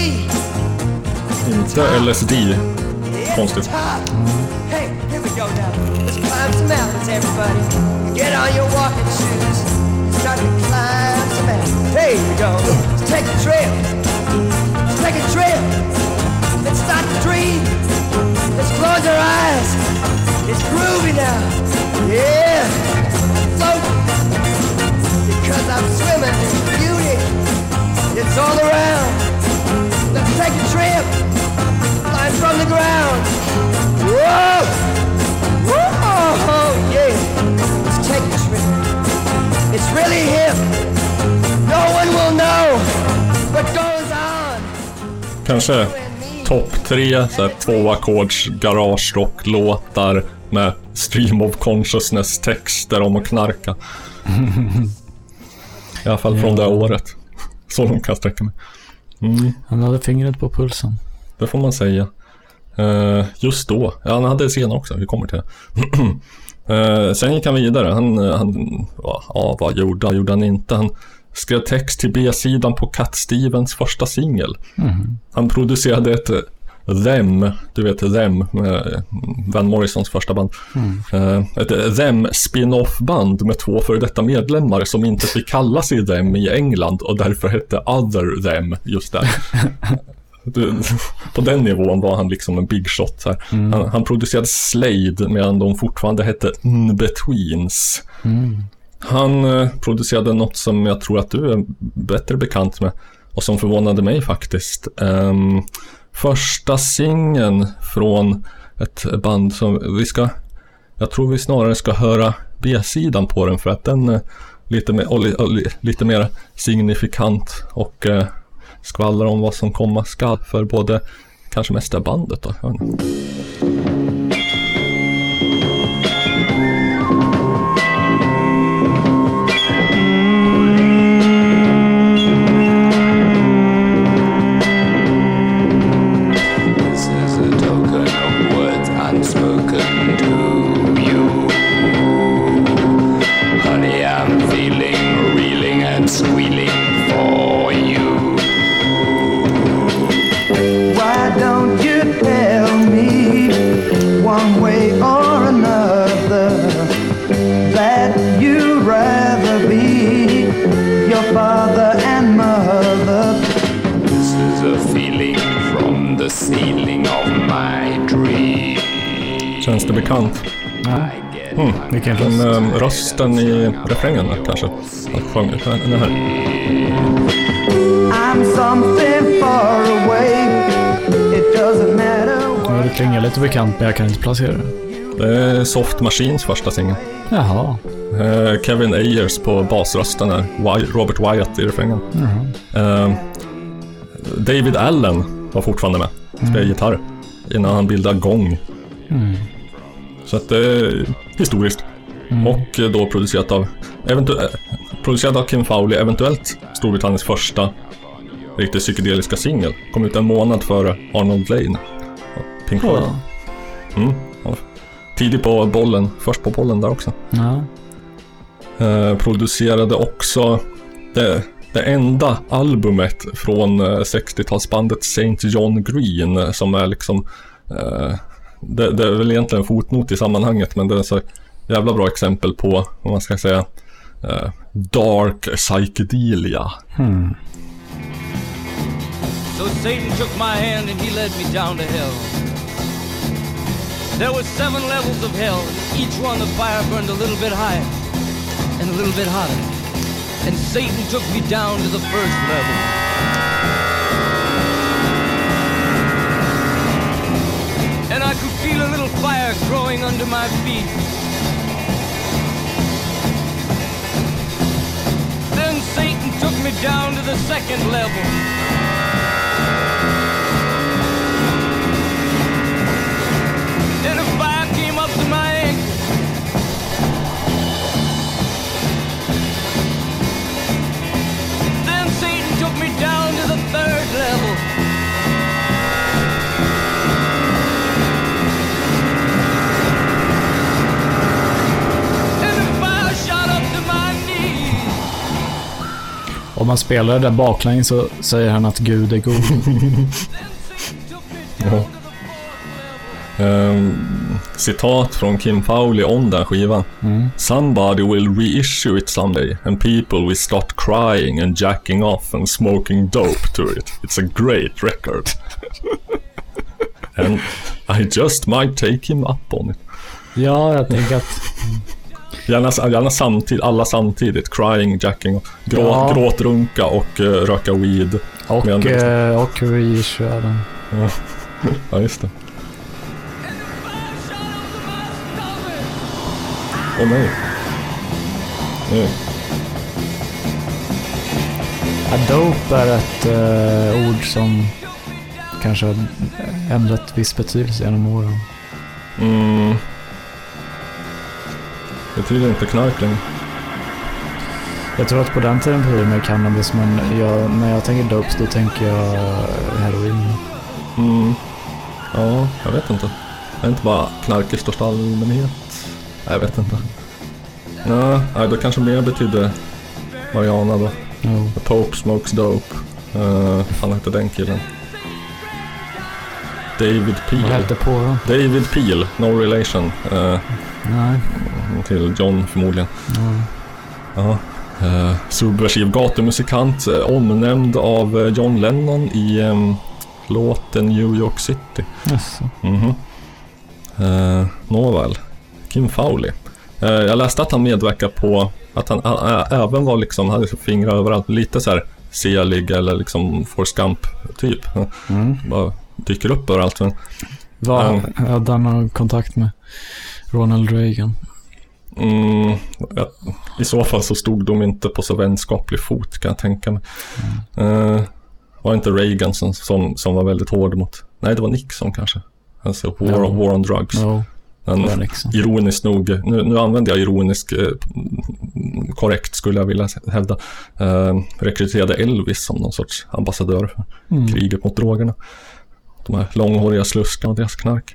Inte LSD. Konstigt. Hey, here we go now. Let's climb some mountains, everybody. Get on your walking shoes. Start to climb some mountains. Here we go. Let's take a trip. Let's take a trip. Let's start to dream. Let's close our eyes. It's groovy now. Yeah. Float. Because I'm swimming in beauty. It's all around. Let's take a trip. Climb from the ground. Whoa! Whoa! Yeah. Let's take a trip. It's really hip. No one will know what goes on. Kanske topp 3 så här 2-ackords garage rock låtar med stream of consciousness texter om att knarka. I alla fall från det året. Så långt kan jag sträcka mig. Han hade fingret på pulsen. Det får man säga. Just då. Ja, han hade scen också. Vi kommer till det. Sen gick han vidare. Vad gjorde han inte? Han skrev text till B-sidan på Cat Stevens första singel. Han producerade ett Them, du vet Them, Van Morrisons första band. Ett Them spin-off band med 2 före detta medlemmar som inte fick kalla sig Them i England och därför hette Other Them just där. På den nivån var han liksom en big shot här. Han producerade Slade medan de fortfarande hette In-Betweens. Han producerade något som jag tror att du är bättre bekant med och som förvånade mig faktiskt. Första singeln från ett band som jag tror vi snarare ska höra B-sidan på den, för att lite mer signifikant och skvallrar om vad som komma skall för både kanske mest är bandet då. Känns det bekant? Men rösten i refrängen kanske. Han sjöng den här. Ja, det klingar lite bekant, men jag kan inte placera det. Det är Soft Machines första singeln. Jaha. Kevin Ayers på basrösten här. Robert Wyatt i refrängen. David Allen var fortfarande med. Spelade gitarr innan han bildade Gong. Så att det är historiskt. Och då producerat av Kim Fowley, eventuellt Storbritanniens första riktigt psykedeliska singel. Kom ut en månad före Arnold Lane. Pink Floyd. Tidigt på bollen, först på bollen där också. Producerade också det enda albumet från 60-talsbandet St. John Green, som är liksom det är väl egentligen en fotnot i sammanhanget, men det är så jävla bra exempel på, vad man ska säga, dark psychedelia. So Satan took my hand and he led me down to hell. There were 7 levels of hell. Each one the fire burned a little bit higher and a little bit hotter. And Satan took me down to the first level. And I could feel a little fire growing under my feet. Then Satan took me down to the second level. And a fire came up to my ankle. Then Satan took me down to the third level. Om man spelar det där baklänges så säger han att Gud är god. Citat från Kim Fowley om den skivan. Somebody will reissue it someday and people will start crying and jacking off and smoking dope to it. It's a great record. And I just might take him up on it. Ja, jag tänker att Gärna samtidigt, alla samtidigt. Crying, jacking, gråtrunka och röka weed. Och reissue den. Ja, just det. Nej. Dope är ett ord som kanske har ändrat viss betydelse genom åren. Det betyder inte knark längre. Jag tror att på den tiden betyder det med cannabis, men när jag tänker dope då tänker jag heroin. Ja, jag vet inte. Det är inte bara knark i största allmänhet. Jag vet inte. Nej, det kanske mer betyder marijuana då. The Pope smokes dope. Han heter den killen. David Peel. Vad hette på då? David Peel, no relation. Nej. Till John förmodligen. Subversiv gatumusikant, omnämnd av John Lennon i låten New York City. Yes. Nåväl, Kim Fowley. Jag läste att han medverkar på att han även var liksom, hade fingrar överallt, lite så här selig eller liksom Forrest Gump typ. Bara dyker upp överallt. Hade han någon kontakt med Ronald Reagan? I så fall så stod de inte på så vänskaplig fot, kan jag tänka mig. Var inte Reagan som var väldigt hård mot... Nej, det var Nixon kanske. Alltså War on Drugs. No. Men ironiskt nog, nu använder jag ironisk korrekt skulle jag vilja hävda, rekryterade Elvis som någon sorts ambassadör för kriget mot drogerna. De här långhåriga sluskarna och deras knark.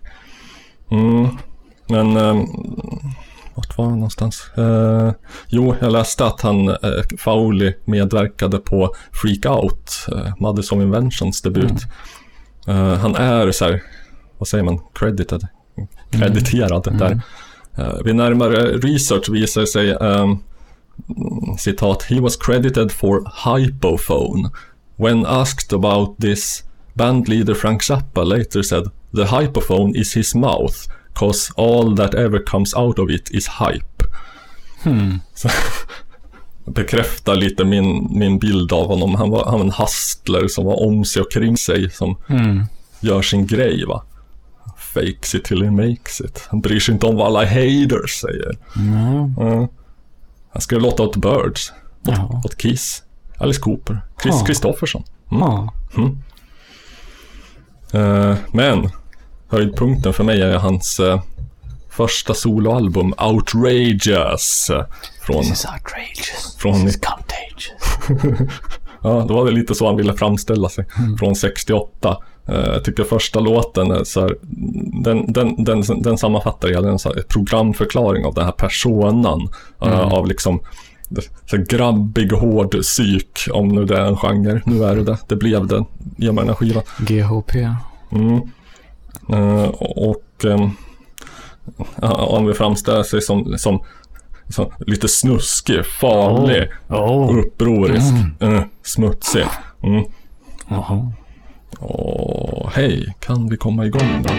Men vart var han någonstans? Jo, jag läste att Fowley medverkade på Freak Out, Mothers of Inventions debut. Han är så här, vad säger man, krediterad där. Vid närmare research visar sig citat, he was credited for hypophone. When asked about this, bandleader Frank Zappa later said the hypophone is his mouth, cause all that ever comes out of it is hype. Så, bekräftar lite min bild av honom. Han var en hustler som var om sig och kring sig, som gör sin grej, va. Fakes it till he makes it. Han bryr sig inte om vad alla haters säger. Han skrev låta åt Birds, åt Kiss, Alice Cooper, Chris Christofferson. Men höjdpunkten för mig är hans första soloalbum Outrageous från Contagious. Ja, det var väl lite så han ville framställa sig. Från 68. Jag tycker första låten är så här, den sammanfattar en programförklaring av den här personan, av liksom så grabbig, hård psyk, om nu det är en genre. Nu är det blev det i och med den här skivan. GHP. Om vi framställer sig som lite snuskig, farlig, upprorisk, smutsig. Hej, kan vi komma igång då?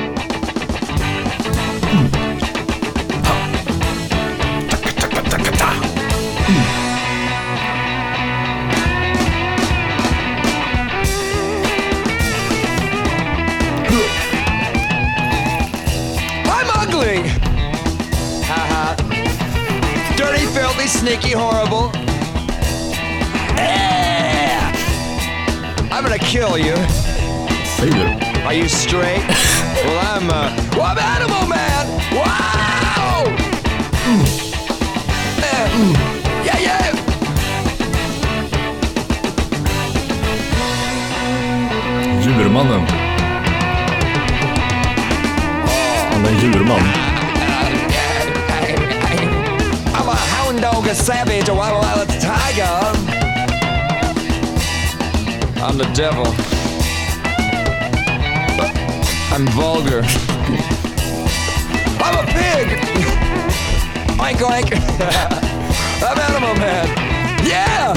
I'm ugly! Haha. Dirty, filthy, sneaky, horrible. I'm gonna kill you. Are you straight? Well, I'm Animal Man! Wow! Yeah! Djurmannen. Han är en djurman. I'm a hound dog, a savage, a wild tiger. I'm the devil. I'm vulgar. I'm a pig! Oink oink! I'm Animal Man! Yeah!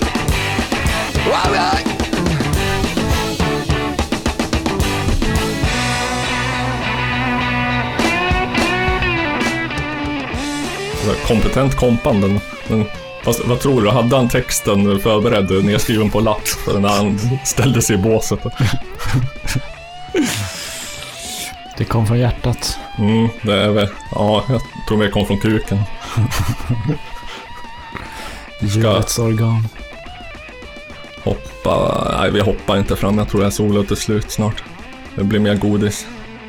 Kompetent kompan, men fast, vad tror du? Hade han texten förberedd, nedskriven på lapp när han ställde sig i båset? Det kom från hjärtat. Det är väl, ja, jag tror det kom från kuken. Djurets organ. Nej, vi hoppar inte fram. Jag tror jag solet är slut snart. Det blir mer godis.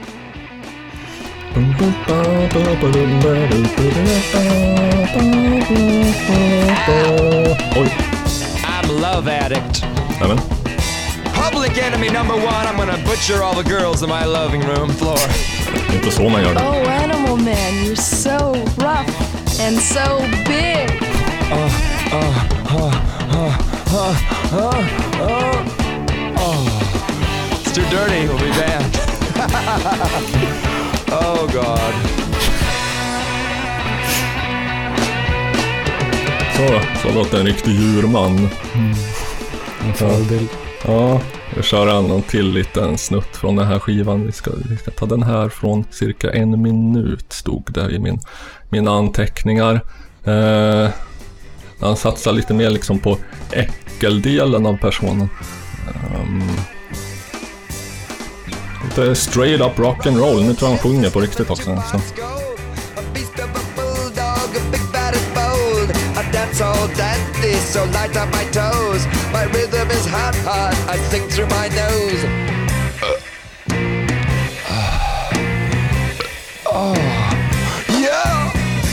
Oj. I'm a love addict. Amen. Public enemy number one. I'm gonna butcher all the girls in my living room floor. Inte så man gör det. Oh, Animal Man, you're so rough and so big. It's too dirty, we'll be banned. Oh God. Så låter en riktig djurman. En förebild. Ja, jag kör an till liten snutt från den här skivan. Vi ska ta den här från cirka 1 minut, stod där i mina anteckningar. Han satsar lite mer liksom på äckeldelen av personen. Lite straight up rock and roll. Nu tror jag han sjunger på riktigt också. Så. so dandy, so light on my toes. My rhythm is hot, hot, I sing through my nose. Oh, yeah.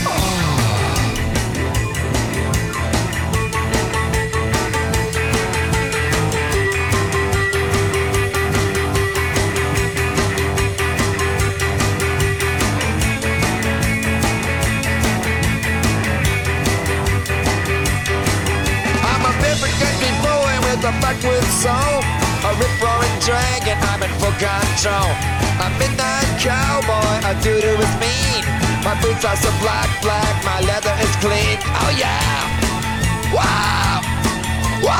A backward soul, a rip-roaring dragon, I'm in full control. A midnight cowboy, a dude who is mean. My boots are so black, black, my leather is clean. Oh yeah! Wow! Wow!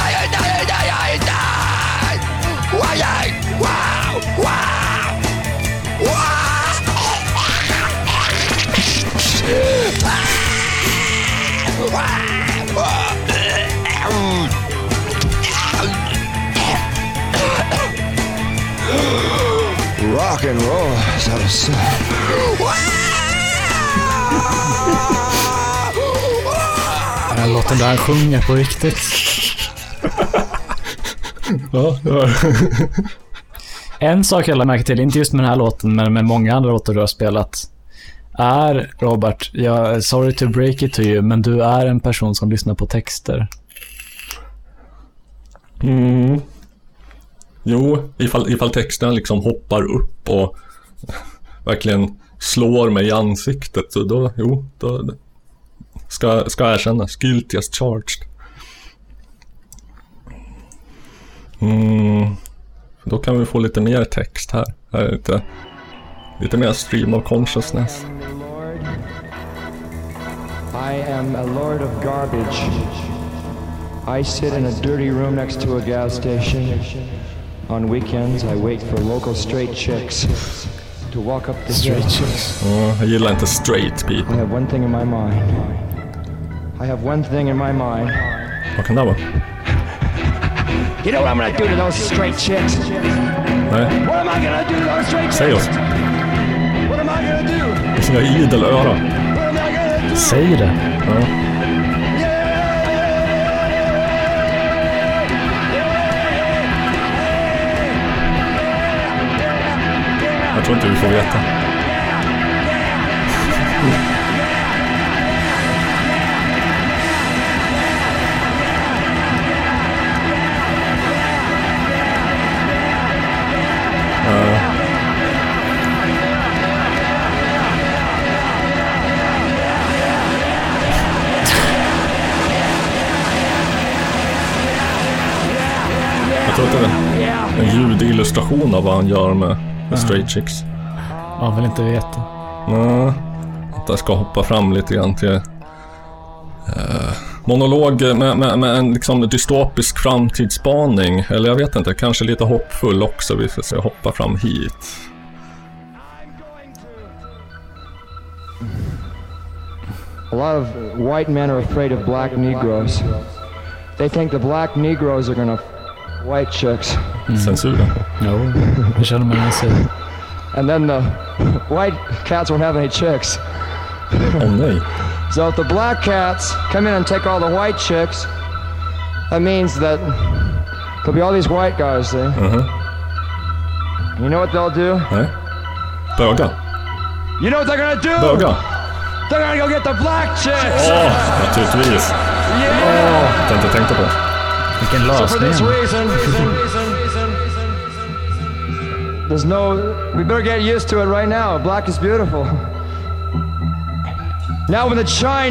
Rock and roll, så det så. Den låten där sjunger på riktigt. Ja. En sak jag lade märke till, inte just med den här låten men med många andra låtar du har spelat, är, Robert, sorry to break it to you, men du är en person som lyssnar på texter. Jo, ifall texten liksom hoppar upp och verkligen slår mig i ansiktet, så då ska erkännas, guilty as charged. Då kan vi få lite mer text här. Lite mer stream of consciousness. I am a lord of garbage. I sit in a dirty room next to a gas station. On weekends I wait for local straight chicks to walk up the straight hill. chicks. Jag gillar inte straight people. I have one thing in my mind. Vad kan det vara? You know what I'm gonna do to those straight chicks? Nej. What am I gonna do to those straight chicks? Säg oss. What am I gonna do? Det är såna idel öra. What am I gonna do? Säg det. Ja. Jag tror inte vi får veta. Jag tror att det är en ljudillustration av vad han gör med straight chicks. Man vill inte veta. Nej, jag ska hoppa fram lite grann till monolog med en liksom dystopisk framtidsspaning. Eller jag vet inte, kanske lite hoppfull också. Vi får se, hoppa fram hit. A lot of white men are afraid of black Negroes. They think the black Negroes are gonna white chicks. Censuren. Jo, det känner man igen sig. And then the white cats won't have any chicks. Oh nej. So if the black cats come in and take all the white chicks, that means that there'll be all these white guys, see? You know what they'll do? Nej. Böga. You know what they're gonna do? Böga. They're gonna go get the black chicks! Naturligtvis. Yeah! Det inte tänkte på. Vilken So for lösning. this reason, we better get used to it right now. Black is beautiful. Now when the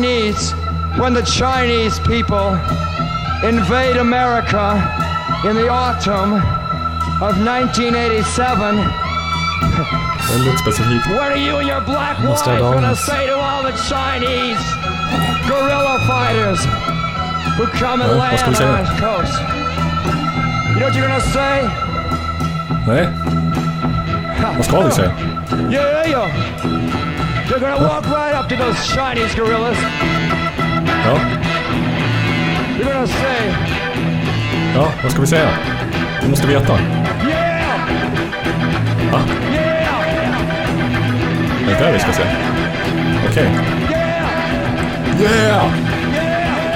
Chinese people invade America in the autumn of 1987, väldigt specifikt. what are you and your black wife gonna say to all the Chinese guerrilla fighters who come and land on our coast? You know what you're gonna say? Nej. Vad ska vi säga? Yeah. You're gonna walk right up to those Chinese guerrillas. Ja. You're gonna say... Ja, vad ska vi säga? Vi måste veta. Yeah! Va? Yeah! Det är det vi ska säga. Okej. Yeah! Yeah! Yeah!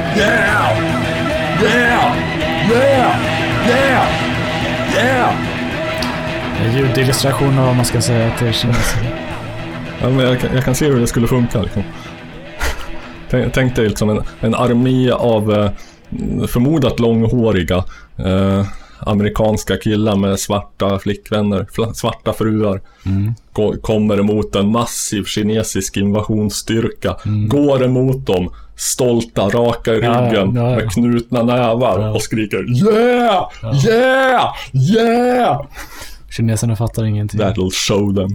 Yeah! Yeah! Yeah! Yeah! Yeah! Ljudillustration av vad man ska säga till kineser. Ja, men jag kan se hur det skulle funka liksom. Tänk dig liksom en armé av förmodat långhåriga amerikanska killar med svarta flickvänner, svarta fruar. Kommer emot en massiv kinesisk invasionsstyrka. Går emot dem, stolta, raka i ryggen med knutna nävar och skriker yeah! Yeah! Yeah! Kineserna fattar ingenting. That'll show them.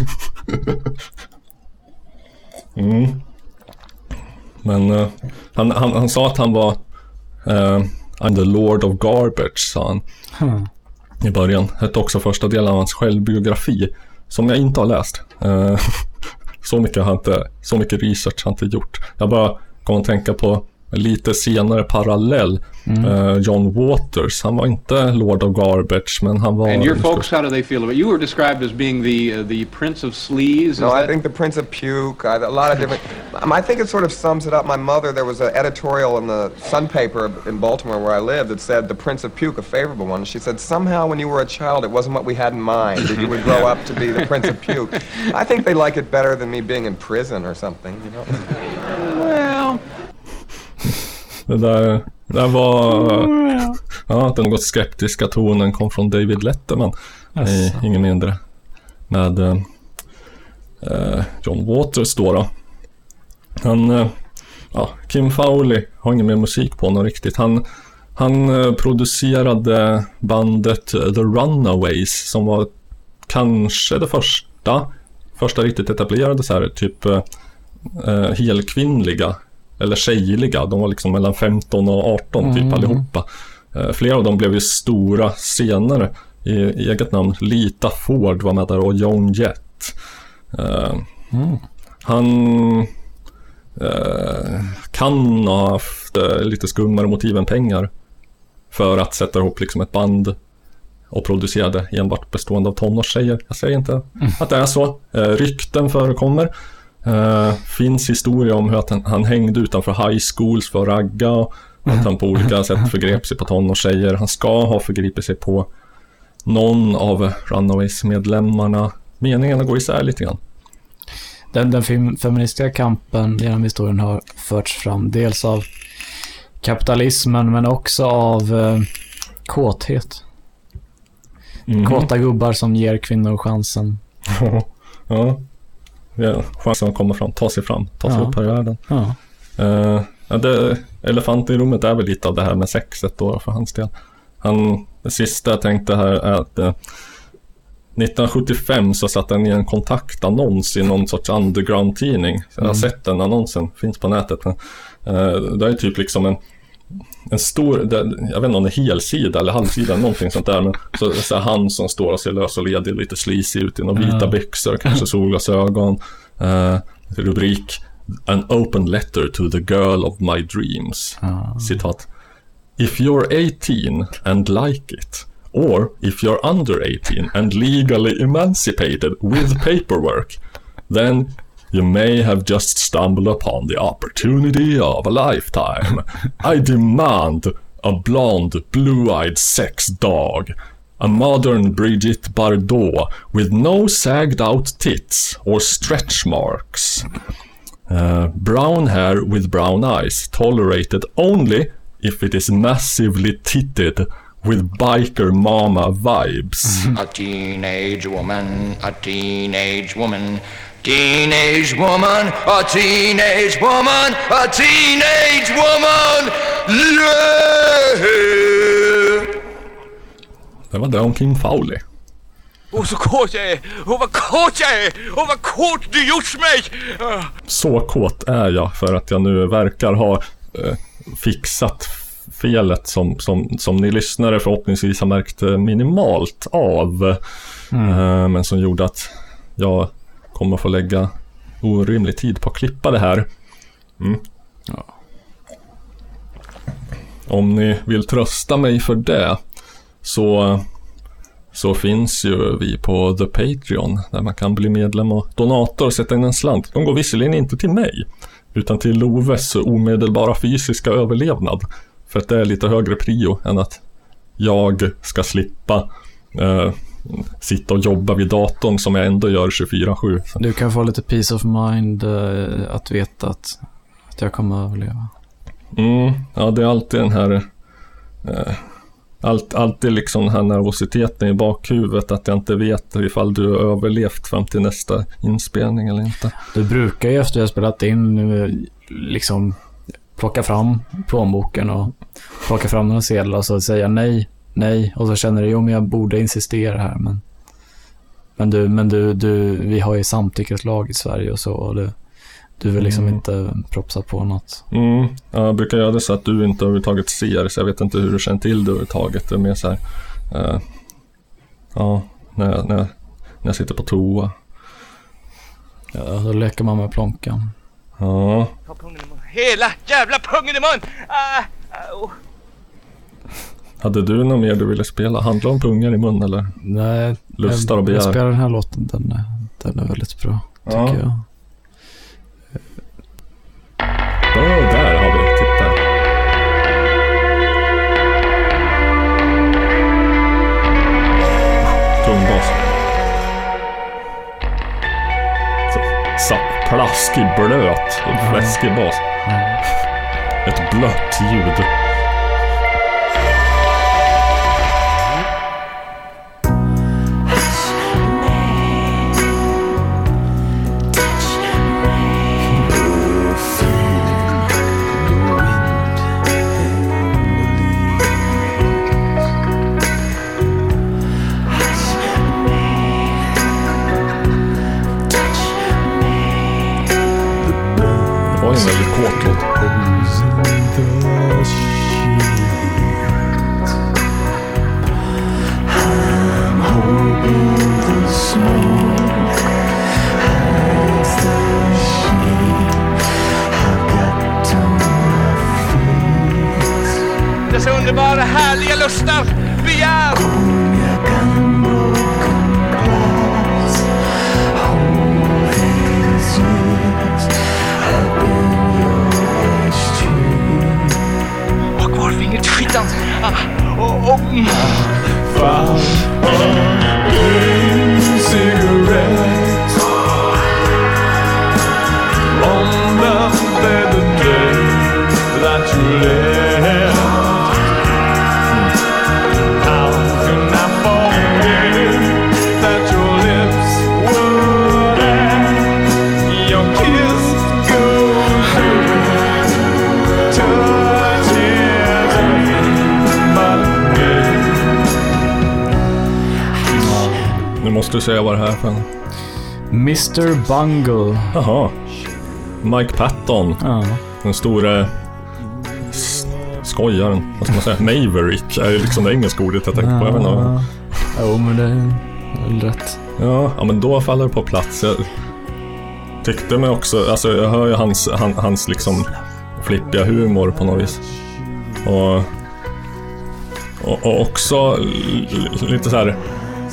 Men han sa att han var I'm the Lord of Garbage, sa han i början. Det är också första delen av hans självbiografi som jag inte har läst. Så mycket research har jag inte gjort. Jag bara kommer att tänka på lite senare parallell. John Waters, han var inte Lord of Garbage, men han var... And your folks, how do they feel about it? You were described as being the Prince of Sleaze. No, I think the Prince of Puke, a lot of different... I think it sort of sums it up. My mother, there was an editorial in the Sun paper in Baltimore where I lived that said the Prince of Puke, a favorable one. She said, somehow when you were a child, it wasn't what we had in mind, that you would grow up to be the Prince of Puke. I think they like it better than me being in prison or something, you know? Well... Det där var... Ja, den något skeptiska tonen kom från David Letterman. Ingen mindre. Med John Waters då. Han... Kim Fowley har ingen mer musik på honom riktigt. Han producerade bandet The Runaways som var kanske det första riktigt etablerade så här, typ helkvinnliga eller tjejliga. De var liksom mellan 15 och 18 typ allihopa. Flera av dem blev ju stora senare i eget namn. Lita Ford var med där och Joan Jett. Han kan ha haft lite skummare motiv än pengar för att sätta ihop liksom ett band och producera det enbart bestående av tonårstjejer. Jag säger inte att det är så. Rykten förekommer. Finns historia om hur att han hängde utanför high schools för att ragga och att han på olika sätt förgrep sig på tonårstjejer. Han ska ha förgripit sig på någon av Runaways-medlemmarna. Meningarna går isär lite grann. Den feministiska kampen genom historien har förts fram dels av kapitalismen men också av kåthet. Kåta gubbar som ger kvinnor chansen. Ja. Chansen att komma fram, ta sig upp här i världen. Elefanten i rummet är väl lite av det här med sexet då för hans del. Det sista jag tänkte här är att 1975 så satte han i en kontaktannons i någon sorts underground-tidning. Jag har sett den annonsen, finns på nätet. Det är typ liksom en stor, jag vet inte om det är helsida eller halvsida någonting sånt där, men så han som står och ser lös och ledig lite sleazy ut i några vita byxor, kanske solglasögon. Rubrik An open letter to the girl of my dreams. Citat: If you're 18 and like it, or if you're under 18 and legally emancipated with paperwork, then you may have just stumbled upon the opportunity of a lifetime. I demand a blonde, blue-eyed sex dog. A modern Brigitte Bardot with no sagged-out tits or stretch marks. Brown hair with brown eyes, tolerated only if it is massively titted with biker mama vibes. A teenage woman, a teenage woman. Teenage woman, a teenage woman, a teenage woman, yeah! Det var det om Kim Fowley. Så kåt jag är! Vad kåt jag är! Vad kåt du gjort mig! Så kåt är jag för att jag nu verkar ha fixat felet som ni lyssnare förhoppningsvis har märkt minimalt av. Men som gjorde att jag kommer få lägga orimlig tid på att klippa det här. Om ni vill trösta mig för det så finns ju vi på The Patreon där man kan bli medlem och donator och sätta in en slant. De går visserligen inte till mig, utan till Loves omedelbara fysiska överlevnad. För att det är lite högre prio än att jag ska slippa sitta och jobba vid datorn som jag ändå gör 24/7. Du kan få lite peace of mind att veta att jag kommer att överleva. Ja, det är alltid den här alltid liksom den här nervositeten i bakhuvudet, att jag inte vet ifall du har överlevt fram till nästa inspelning eller inte. Du brukar ju efter jag spelat in liksom plocka fram plånboken och plocka fram några sedlar och så säga nej, och så känner du, men jag borde insistera här, men du vi har ju samtyckeslag i Sverige och så, och du vill liksom inte propsa på något. Ja, jag brukar göra det så att du inte överhuvudtaget ser, så jag vet inte hur du känner till det överhuvudtaget. Det är mer så här, när jag sitter på toa. Ja, då leker man med plånkan. Ja. Hela jävla pungen i mun! Hade du något mer du ville spela? Handlar om pungar i mun eller? Nej, lustar och begär. Jag spelar den här låten, den är väldigt bra, tycker jag. Där har vi, titta. Tung bas. Så plaskig, blöt, fläskig bas. Ett blött ljud. En väldigt kort låt. Dessa underbara, härliga lustar, begär. Fingret skitan. Cigarette on the better day that you left. How can I forget that your lips were there? Your kiss goes Nu måste du säga vad det här är för en. Mr. Bungle. Jaha. Mike Patton. Ja. Den stora skojaren. Vad ska man säga? Maverick är ju liksom det engelska ordet jag tänkte på. Jag vet inte. Jo, men det är väl rätt. Ja, men då faller det på plats. Jag tyckte mig också, alltså jag hör ju hans liksom flippiga humor på något vis. Och också lite så här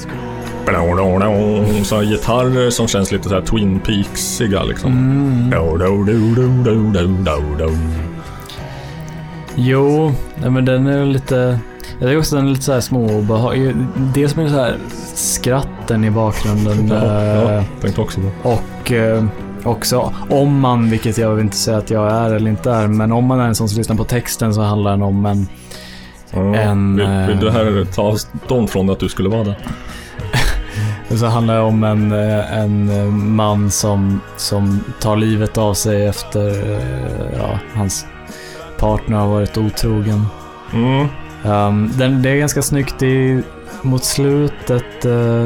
så gitarrer som känns lite så här Twin Peaksiga liksom. Jo, men den är lite, jag tycker också den är lite så här små. Det som är så här skratten i bakgrunden. Ja, tänkte också det. Och också om man, vilket jag vill inte säga att jag är eller inte är, men om man är en sån som lyssnar på texten så handlar den om vill du här ta avstånd från att du skulle vara det? Så handlar det om en man som tar livet av sig efter hans partner har varit otrogen. Det är ganska snyggt mot slutet.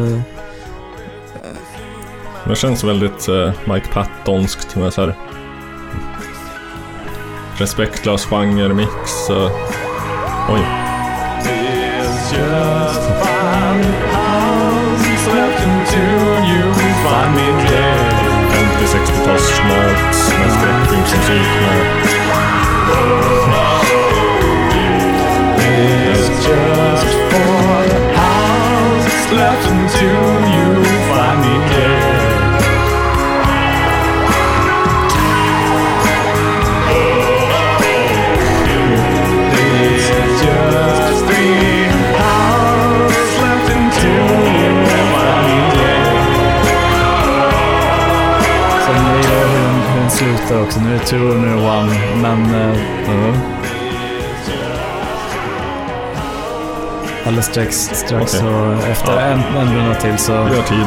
Det känns väldigt Mike Pattonskt med så här respektlös genremix. Oj. It's just fine. Left until you find me dead. 50-60-tals schmaltz med skräckfilmsmusik med. It's just for the house left until you find me dead. efter också. Nu är det 2 och nu är det 1. Men alldeles strax okay. Så efter en runda till så... Vi har tid.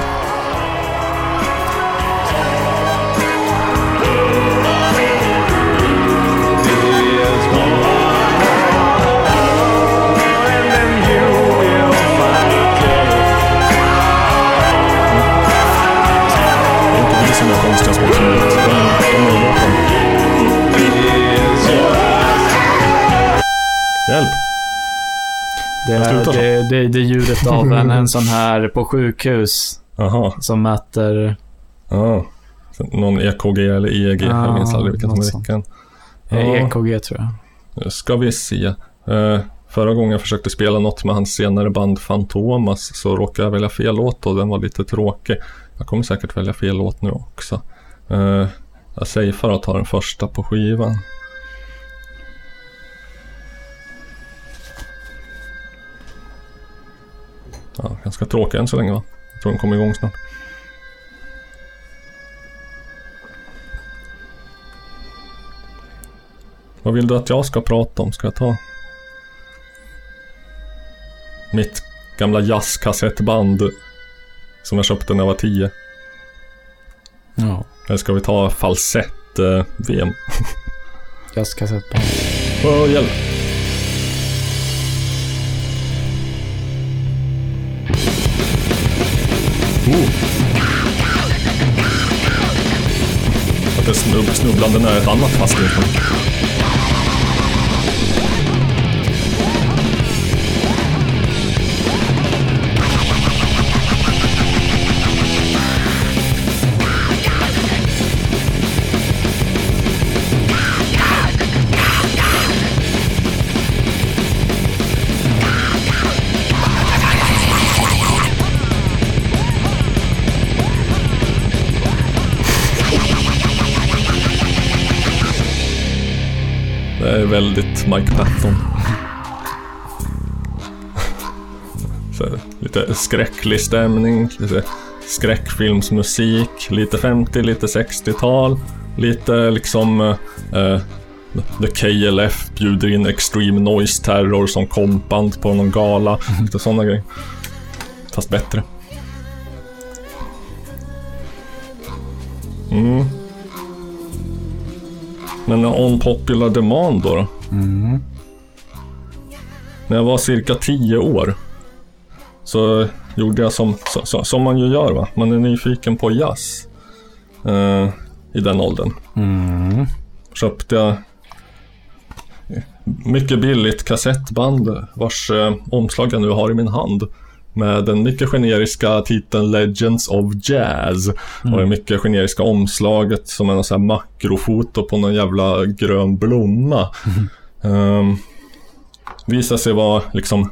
Hjälp. Det är ljudet av en sån här på sjukhus. Aha. Som mäter någon EKG eller EEG. Jag minns aldrig vilken som är vilken. EKG tror jag. Nu ska vi se. Förra gången jag försökte spela något med hans senare band Fantomas så råkade jag välja fel låt och den var lite tråkig. Jag kommer säkert välja fel låt nu också. Jag säger för att ta den första på skivan. Ja, ganska tråkig än så länge va? Jag tror den kommer igång snart. Vad vill du att jag ska prata om? Ska jag ta mitt gamla jazzkassettband som jag köpte när jag var 10? Ja. Eller ska vi ta falsett VM? Jazzkassettband. Hjälp. Att det är snubblande när ett annat fastighet. Det är väldigt Mike Patton. Så lite skräcklig stämning, lite skräckfilmsmusik, lite 50, lite 60-tal, lite liksom The KLF bjuder in Extreme Noise Terror som kompband på någon gala, lite sådana grejer. Fast bättre. Men On Popular Demand då? När jag var cirka 10 år så gjorde jag som man ju gör va? Man är nyfiken på jazz i den åldern. Köpte jag mycket billigt kassettband vars omslag jag nu har i min hand med den mycket generiska titeln Legends of Jazz och det mycket generiska omslaget som en sån här makrofoto på någon jävla grön blomma. Visar sig vara liksom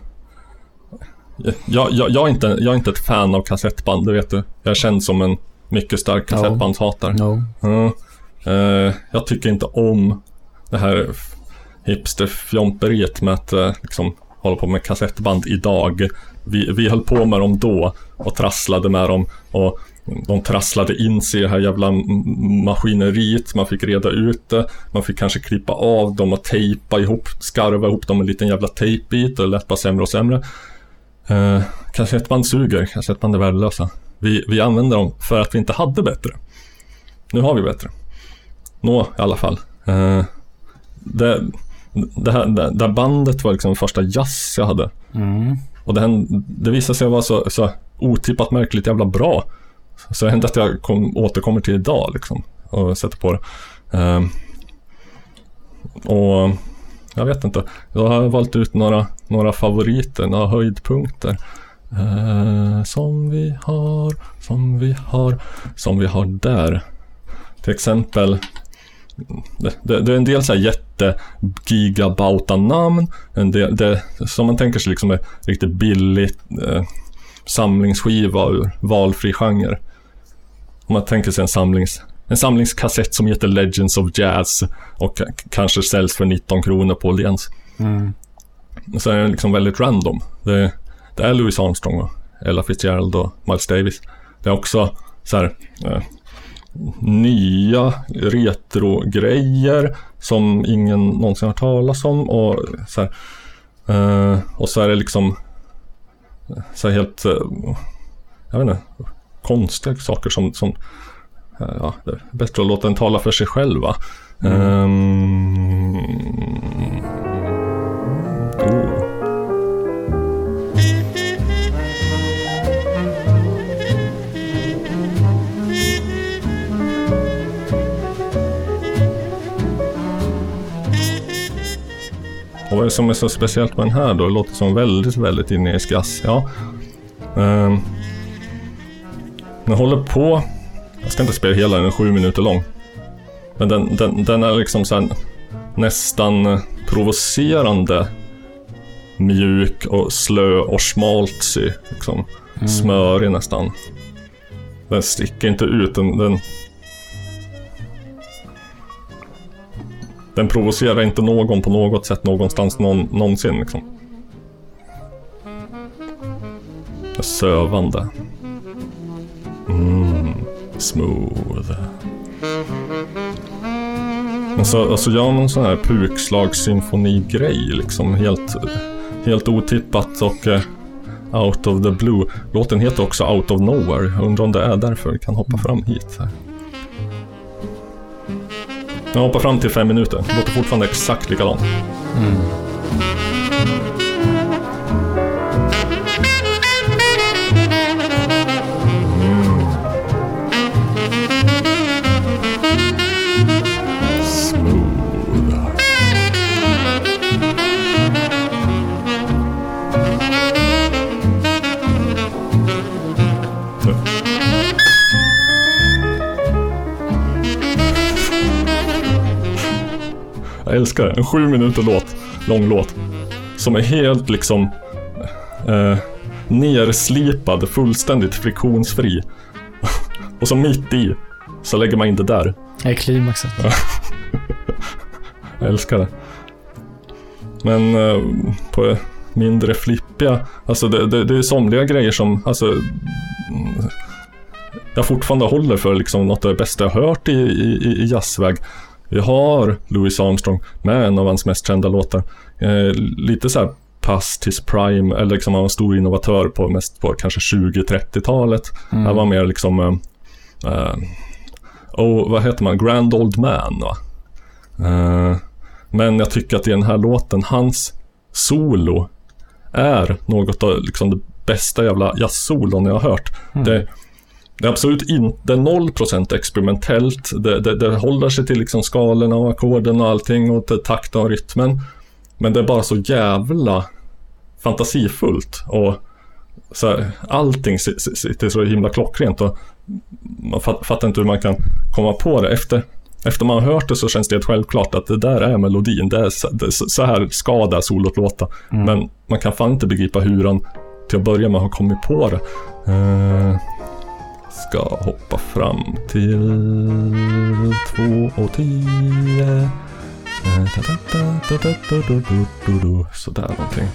jag är inte ett fan av kassettband, det vet du. Jag är känd som en mycket stark kassettbandshatare. Jag tycker inte om det här hipsterfjomperiet med att liksom hålla på med kassettband idag. Vi höll på med dem då och trasslade med dem och de trasslade in sig i det här jävla maskineriet. Man fick reda ut det, man fick kanske klippa av dem och tejpa ihop, skarva ihop dem med en liten jävla tejpbit och det lät bara sämre och sämre. Kassettband suger, kassettband är värdelösa. Vi använder dem för att vi inte hade bättre. Nu har vi bättre. I alla fall. Det här bandet var liksom första jazz jag hade. Och det visade sig vara så otippat märkligt jävla bra. Så det hände att jag återkommer till idag liksom, och sätter på det. Och jag vet inte. Jag har valt ut några favoriter, några höjdpunkter. Som vi har där. Till exempel det är en del så här jättegigabauta namn, en del det, som man tänker sig liksom är riktigt billigt samlingsskiva ur valfri genre. Om man tänker sig en samlingskassett som heter Legends of Jazz och kanske säljs för 19 kronor på Åhléns. Så är det liksom väldigt random. Det är Louis Armstrong och Ella Fitzgerald och Miles Davis. Det är också så här nya retro-grejer som ingen någonsin har talat om, och så här, och så är det liksom så här helt jag vet inte, konstiga saker som ja, det är bättre att låta den tala för sig själv, va? Och vad är det som är så speciellt med den här då? Det låter som väldigt, väldigt inne i skass. Ja. Den håller på. Jag ska inte spela hela, den är 7 minuter lång. Men den är liksom så här, nästan provocerande mjuk och slö och smaltsig liksom. Smörig nästan. Den sticker inte ut, den provocerar inte någon på något sätt någonstans någonsin liksom. Det är sövande. Smooth. Men så alltså gör man sån här pukslagssymfonigrej liksom, helt otippat och out of the blue. Låten heter också Out of Nowhere. Jag undrar om det är därför vi kan hoppa fram hit här. Jag hoppar fram till 5 minuter. Det låter fortfarande exakt likadant. Jag älskar det. En 7 minuter lång låt som är helt liksom nerslipad, fullständigt friktionsfri. Och så mitt i så lägger man in det där. Det är klimaxet. Jag älskar det. Men på mindre flippiga, alltså det är somliga grejer som alltså jag fortfarande håller för liksom något av det bästa jag hört i jazzväg. Vi har Louis Armstrong med en av hans mest kända låtar. Lite så här past his prime, eller liksom han var en stor innovatör på kanske 20-30-talet. Han var mer liksom vad heter man? Grand Old Man, va? Men jag tycker att i den här låten, hans solo är något av liksom det bästa jävla jazz-solon jag har hört. Det är absolut inte 0% experimentellt. Det håller sig till liksom skalorna och ackorden och allting och takten och rytmen. Men det är bara så jävla fantasifullt och så här, allting sitter så himla klockrent och man fattar inte hur man kan komma på det. Efter man har hört det så känns det helt självklart att det där är melodin. Det är så här ska det solot låta. Men man kan fan inte begripa hur han till att börja med har kommit på det. Ska hoppa fram till 2:10. Sådär någonting.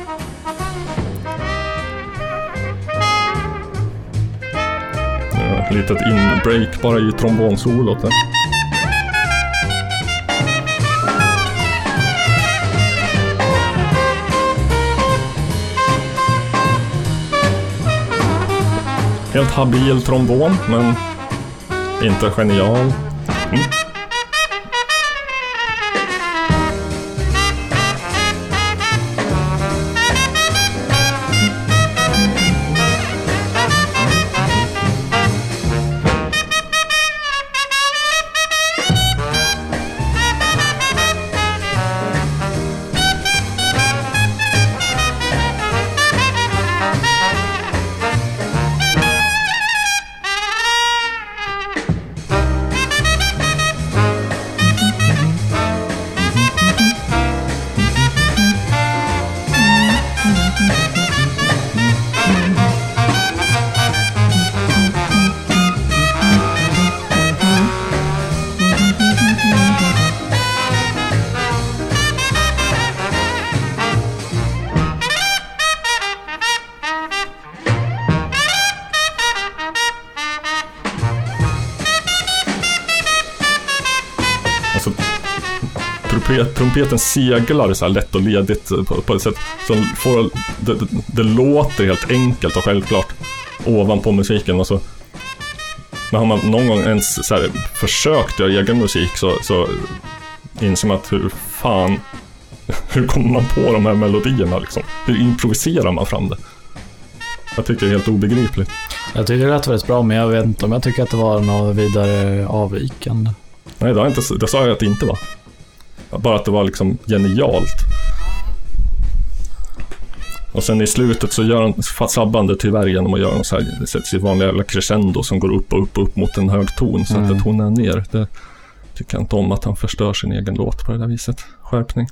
Ett litet inbreak bara i trombonsolot där. Helt habil trombon, men inte genial. trumpeten seglar så här lätt och ledigt på ett sätt som får det låter helt enkelt och självklart ovanpå musiken. Och så när har man någon gång ens så här försökt göra egen musik så inser man att hur kommer man på de här melodierna liksom? Hur improviserar man fram det? Jag tycker det är helt obegripligt. Jag tycker det lät väldigt bra, men jag vet inte om jag tycker att det var något vidare avvikande. Nej, det sa jag att det inte var. Bara att det var liksom genialt. Och sen i slutet så gör han sabbande tyvärr genom att göra en så här, det sätts i vanliga crescendo som går upp mot en hög ton så att det tonar ner. Det tycker jag inte om, att han förstör sin egen låt på det där viset. Skärpning.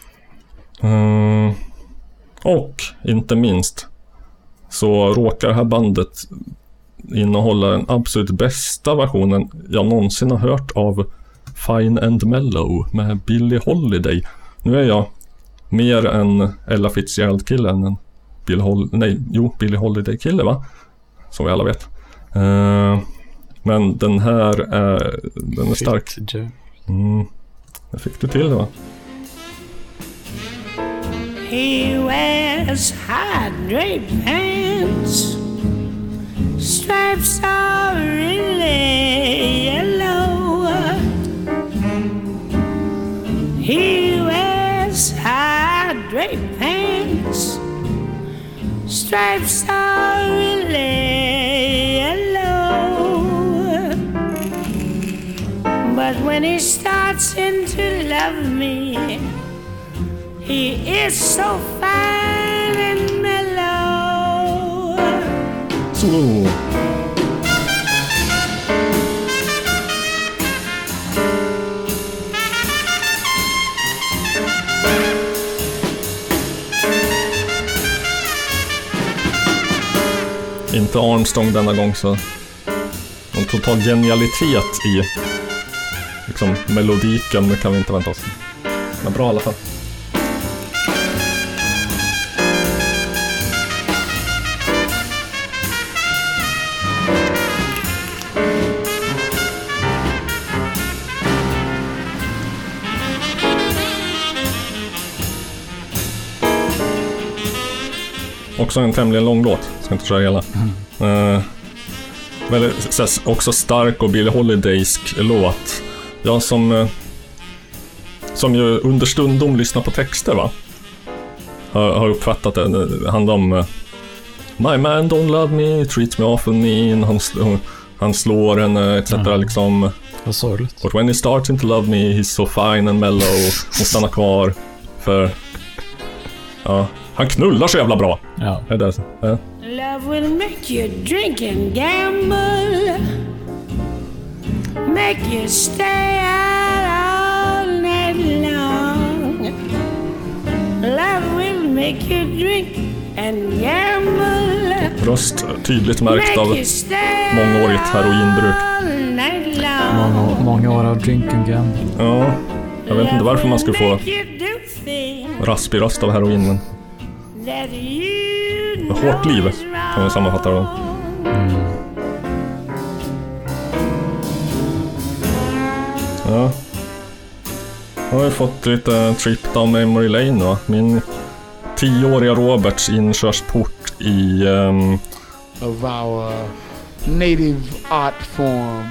Och inte minst så råkar det här bandet innehålla den absolut bästa versionen jag någonsin har hört av Fine and Mellow med Billie Holiday. Nu är jag mer en Ella Fitzgerald-kille än en Billie Holiday-kille, va? Som vi alla vet. Men den är stark. Det fick du till det, va? He wears high-draped pants, stripes are really yellow. He wears high-draped pants, stripes are really yellow. But when he starts in to love me, he is so fine and mellow. Så. Inte Armstrong denna gång, så en total genialitet i liksom melodiken, det kan vi inte vänta oss. Men bra i alla fall. Också en tämligen lång låt, ska inte köra hela. Väldigt, också stark och Billie Holidaysk låt. Jag som ju understundom lyssnar på texter, va? Har uppfattat det. Det handlar om My man don't love me, treats me awful mean, han slår henne, etc. Liksom. Vad sorgligt. But when he starts to love me, he's so fine and mellow. Hon stannar kvar för han knullar så jävla bra. Ja. Är det så? Ja. Love will make you drink and gamble, make you stay out all night long. Love will make you drink and gamble. Röst tydligt märkt av mångårigt heroinbruk. Många år av drink and gamble. Ja, jag vet inte varför man skulle få raspig röst av heroin, men hårt liv kan vi sammanfatta det. Ja. Jag har fått lite trip down memory lane, va? Min 10-åriga Roberts inkörsport i of our native art form.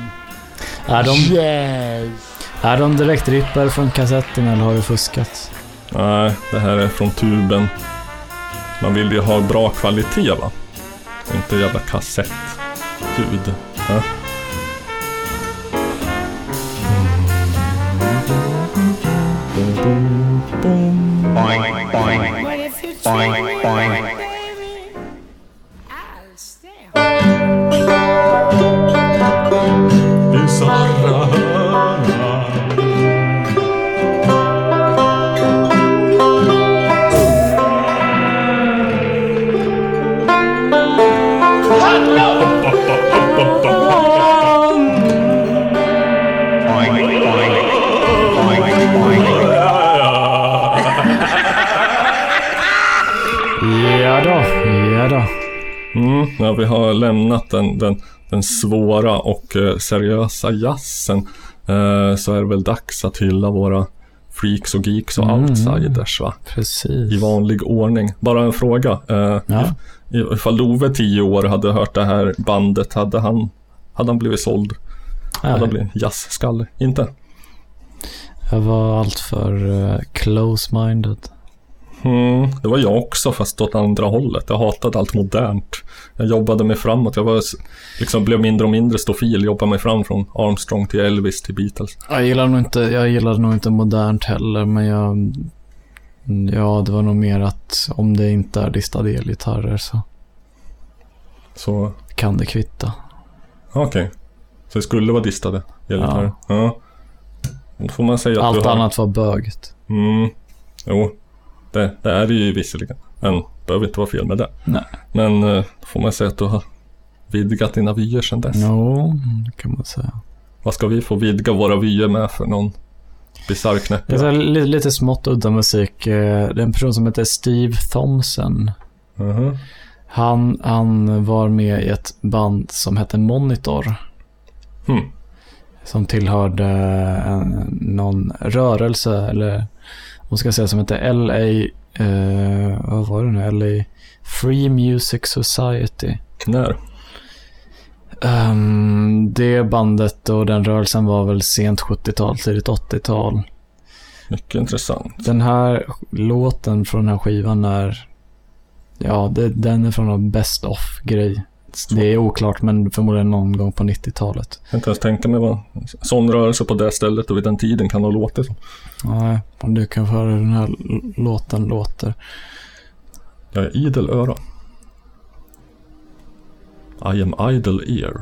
Är de direkt rippar från kassetten eller har du fuskat? Nej, det här är från tuben. Man vill ju ha bra kvalitet, va? Och inte jävla kassettljud. Ja. Boing, boing, boing, boing. Ja, vi har lämnat den svåra och seriösa jazzen, så är det väl dags att hylla våra freaks och geeks och outsiders, va? Precis. I vanlig ordning. Bara en fråga. Ifall Ove 10 år hade hört det här bandet, hade han blivit såld? Hade han blivit jazzskalle? Inte? Jag var allt för close-minded. Det var jag också, fast åt andra hållet. Jag hatade allt modernt. Jag jobbade mig framåt. Jag var blev mindre och mindre stofil. Jobbade mig fram från Armstrong till Elvis till Beatles. Jag gillade nog inte modernt heller, men det var nog mer att om det inte är distade elgitarrer så kan det kvitta. Okej. Så det skulle vara distade elgitarrer. Ja. Då får man säga att allt annat var bögt. Jo. Det är det ju visserligen. Men behöver inte vara fel med det. Nej. Men då får man säga att du har vidgat dina vyer sedan dess. Jo, det kan man säga. Vad ska vi få vidga våra vyer med för någon bizarr knäpp? Det är lite smått udda musik. Det är en person som heter Steve Thompson. Han var med i ett band som hette Monitor. Som tillhörde någon rörelse, eller vad ska jag säga, som heter LA vad var det nu? LA Free Music Society. När? Det bandet och den rörelsen var väl sent 70-tal, tidigt 80-tal. Mycket intressant. Den här låten från den här skivan är den är från en best of-grej. Det är oklart, men förmodligen någon gång på 90-talet. Jag kan inte ens tänka mig vad sån rörelse på det stället och vid den tiden kan ha låtit som. Nej, om du kan höra den här låten låter. Jag är idel öra. I am idle ear.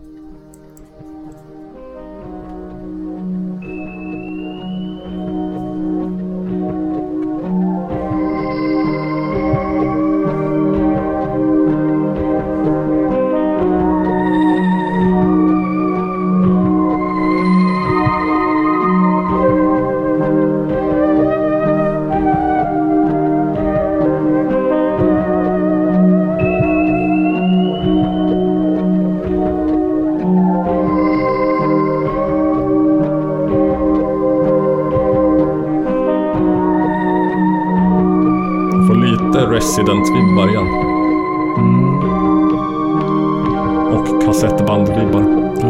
Resident-vibbar igen. Och kassettband-vibbar.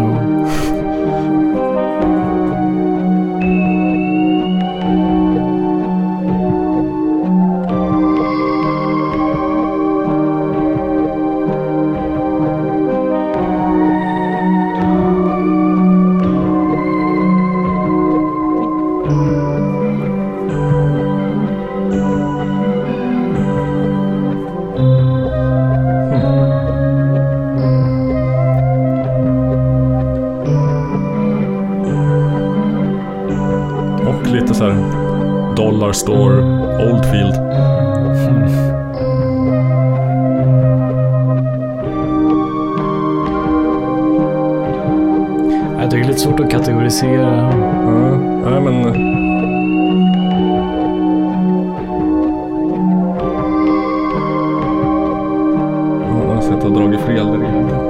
Lite så här Dollar Store Oldfield. Jag tycker det är lite svårt att kategorisera. Nej, men jag har sett och dragit fel där egentligen.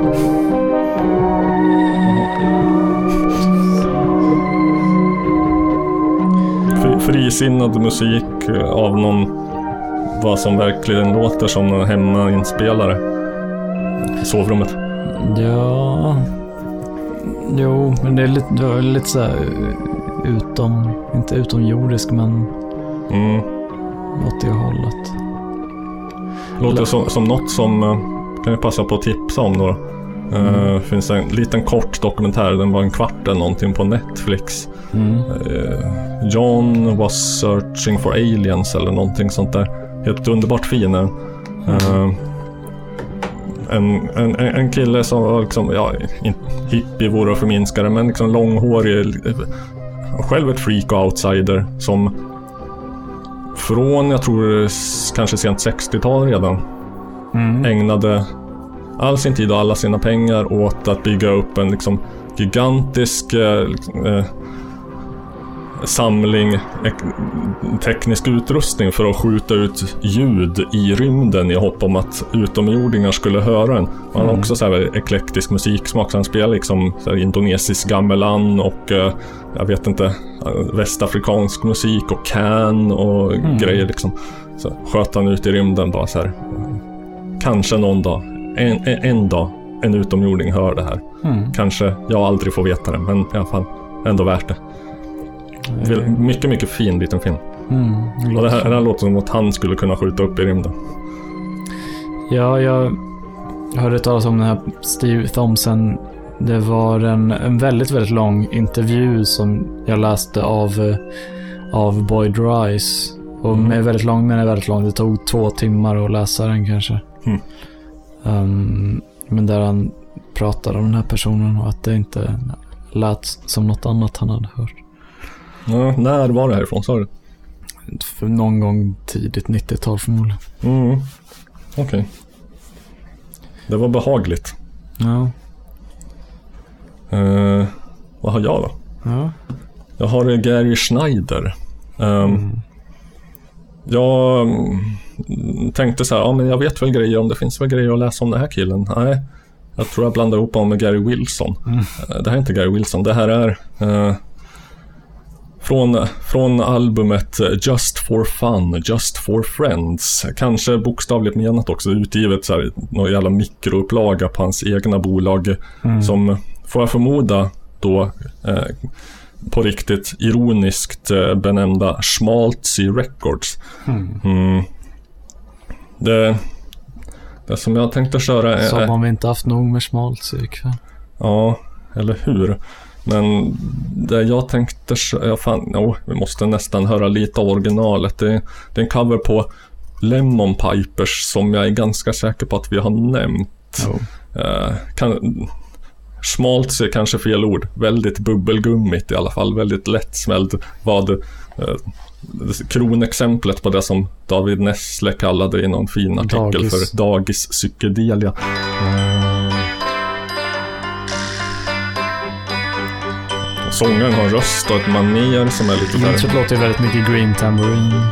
Frisinnad musik av någon, vad som verkligen låter som en hemmainspelare i sovrummet. Ja. Jo, men det är lite så här inte utomjordisk, men åt det hållet. Låter som något som kan jag passa på att tipsa om då. Finns en liten kort dokumentär, den var en kvart eller någonting på Netflix. John was searching for aliens eller någonting sånt där. Helt underbart fin. En kille som var liksom, hippie vore för minskare, men liksom långhårig, själv ett freak och outsider som från, jag tror kanske sent 60-tal redan ägnade all sin tid och alla sina pengar åt att bygga upp en liksom gigantisk samling teknisk utrustning för att skjuta ut ljud i rymden i hopp om att utomjordingar skulle höra den. Han har också så här eklektisk musiksmak, så han spelar liksom så här indonesisk gamelan och jag vet inte, västafrikansk musik och can och grejer liksom. Så sköt han ut i rymden bara så här. Kanske någon dag, en dag en utomjording hör det här. Kanske jag aldrig får veta det, men i alla fall ändå värt det. Mycket, mycket fin liten film. Och det här låter som att han skulle kunna skjuta upp i rymden. Ja, jag hörde talas om den här Steve Thompson. Det var en väldigt, väldigt lång intervju som jag läste av Boyd Rice. Och med väldigt lång, men är väldigt lång. Det tog 2 timmar att läsa den kanske. Men där han pratade om den här personen och att det inte lät som något annat han hade hört. Ja, när var det härifrån, sa du? För någon gång tidigt 90-tal förmodligen. Okej. Det var behagligt. Ja. Vad har jag då? Ja. Jag har Gary Schneider. Jag tänkte så här, ja men jag vet väl grejer om det finns väl grejer att läsa om den här killen. Nej, jag tror jag blandar ihop honom med Gary Wilson. Det här är inte Gary Wilson, det här är från albumet Just for Fun, Just for Friends. Kanske bokstavligt menat också, utgivet så här, någon jävla mikroupplaga på hans egna bolag som, får jag förmoda då, på riktigt ironiskt benämnda Schmaltzy Records. Det som jag tänkte köra är... Som om vi inte haft nog med Schmaltzy ikväll. Ja, eller hur? Men det jag tänkte... vi måste nästan höra lite av originalet. Det är en cover på Lemon Pipers som jag är ganska säker på att vi har nämnt. Schmaltzy är kanske fel ord. Väldigt bubbelgummigt i alla fall. Väldigt lättsmälld. Kronexemplet på det som David Nessle kallade i någon fin artikel för dagis psykedelia. Sångaren har röst och ett manér som är lite där. Det låter väldigt mycket Green Tambourine.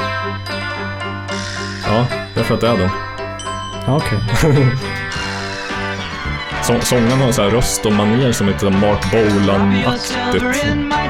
Ja, det är för att det är den. Okej. Sångaren har så här röst och manér som heter Mark Bolan-aktigt.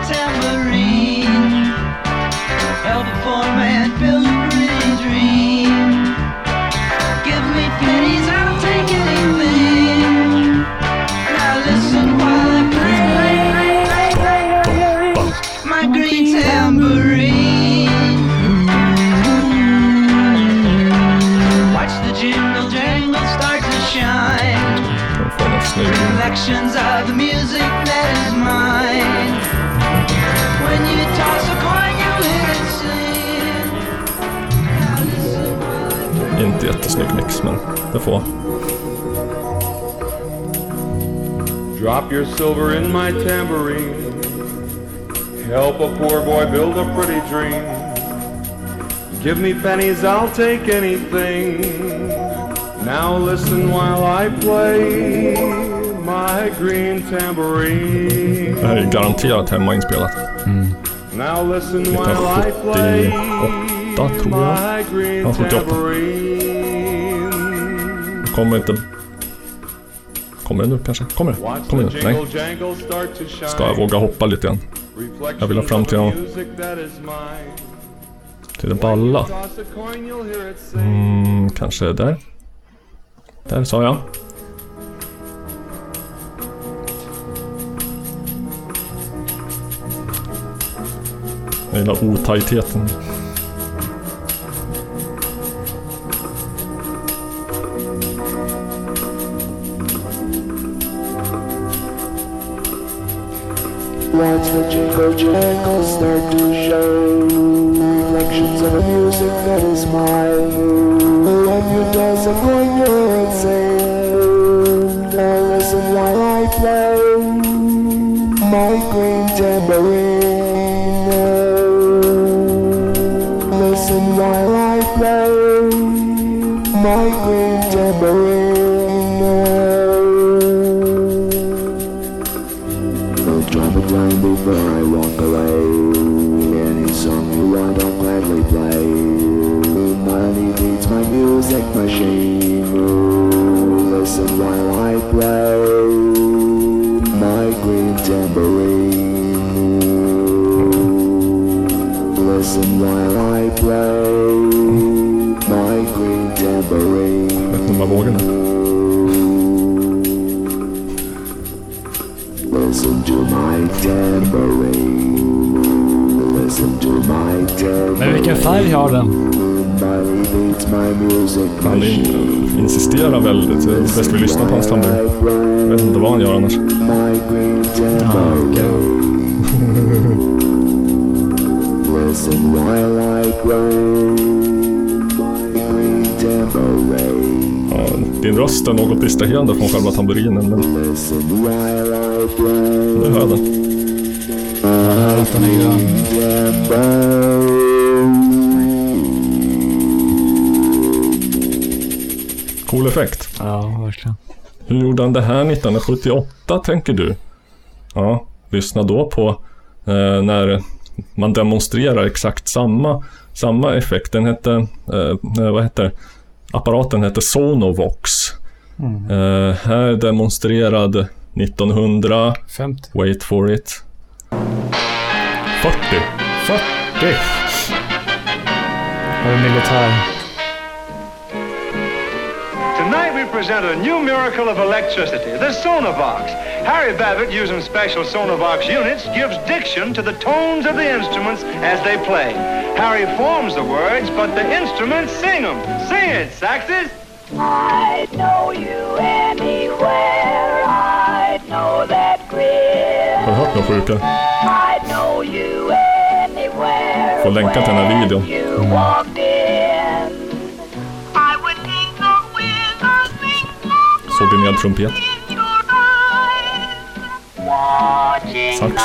Reflections of the music that is mine. When you toss a coin you hear it sing. Inte jättesnygg mix, men det får. Drop your silver in my tambourine. Help a poor boy build a pretty dream. Give me pennies, I'll take anything. Now listen while I play my green tambourine. Det här är garanterat hemmainspelat. Now listen while I play 78 tror jag. Ja, 78. Kommer inte... Kommer den nu kanske? Kommer den? Nej. Ska jag våga hoppa lite igen? Jag vill ha fram till det balla. Kanske där. Där sa jag. Jag gillar otajtheten. Watch the jingle jangle start to show reflections of the music that is mine. When you dance and when you're insane, now listen while I play my green tambourine. Listen while I play my green tambourine. Don't drop a time before I walk away. machine. Listen while I play my green tambourine. Listen while I play my green tambourine. Vet ni vad vågen är? Listen to my tambourine. Listen to my tambourine. Men vilken färg har den? Han insisterar väldigt. Det är bäst vi lyssnar på hans tamburin. Jag vet inte vad han gör annars. Listen while I grow. Ja, din röst är något distraherande från själva tamburinen, men det hör den. Den är grön. Cool effekt. Ja, verkligen. Hur gjorde han det här 1978, tänker du? Ja, lyssna då på när man demonstrerar exakt samma effekt. Den hette, vad heter apparaten hette Sonovox. Här demonstrerad 1950. Wait for it. 40. Har du militär? Tonight we present a new miracle of electricity, the Sonovox. Harry Babbitt, using special Sonovox units, gives diction to the tones of the instruments as they play. Harry forms the words, but the instruments sing them. Sing it, Saxes! I know you anywhere, I know that grin. Har du hört något sjuka? I know you anywhere. Får länka till den här videon. Så din ner trumpet. Sax.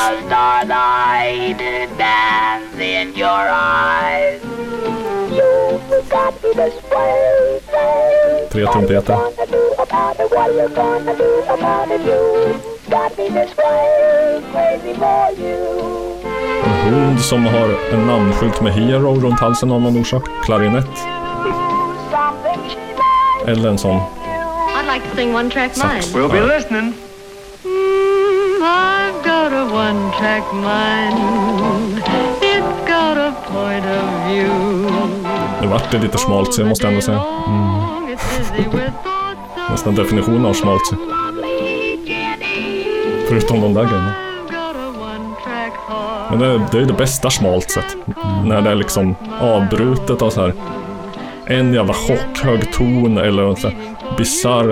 3 trumpeter. En hund som har en namnskylt med Hero runt halsen av någon orsak. Klarinett. Eller en sån. I'd like to sing one track mine. We'll be listening. I've got a one track mind. It's got a point of view. Det vart det lite smalt, så jag måste ändå säga. Nästan definitionen av smalt. Förutom de där grejerna. Men det är det bästa smaltset. När det är liksom avbrutet av så här en jävla chockhög ton eller en så här bizarr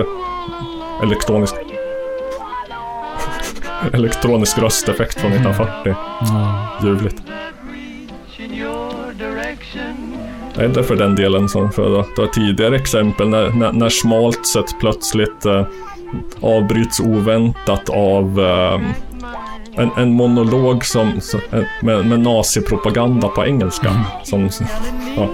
elektronisk rösteffekt från 1940. Ljuvligt. Jag är inte för den delen som för det var tidigare exempel när smaltset plötsligt avbryts oväntat av en monolog med nazipropaganda på engelska som ja.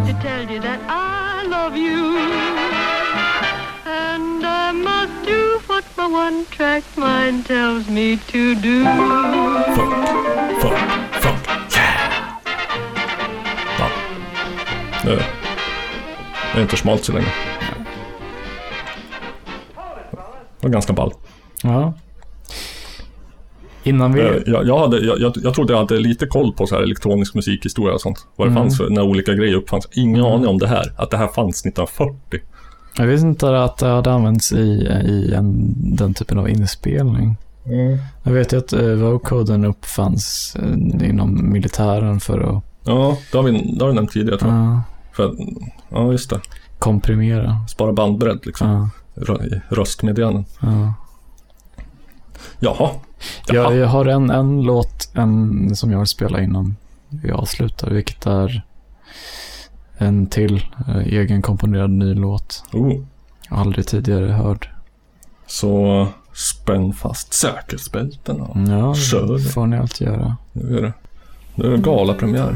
One track mind tells me to do. Fuck, yeah. Ja. Det är inte smalt så länge. Det var ganska ball. Ja. Innan vi... Jag trodde jag hade lite koll på så här elektronisk musikhistoria och sånt. Vad det fanns när olika grejer uppfanns. Ingen aning om det här. Att det här fanns 1940. Jag visste inte att det hade använts i den typen av inspelning. Jag vet ju att vocoden uppfanns inom militären för att... Ja, det har vi nämnt tidigare, tror jag. För, ja, just det. Komprimera. Spara bandbredd, liksom. Röstmeddelanden. Jaha. Jag har en låt som jag vill spela innan vi avslutar, vilket är en till egenkomponerad ny låt. Aldrig tidigare hörd. Så spänn fast säkerhetsbälten. Ja, det får ni allt göra. Nu är det galapremiär.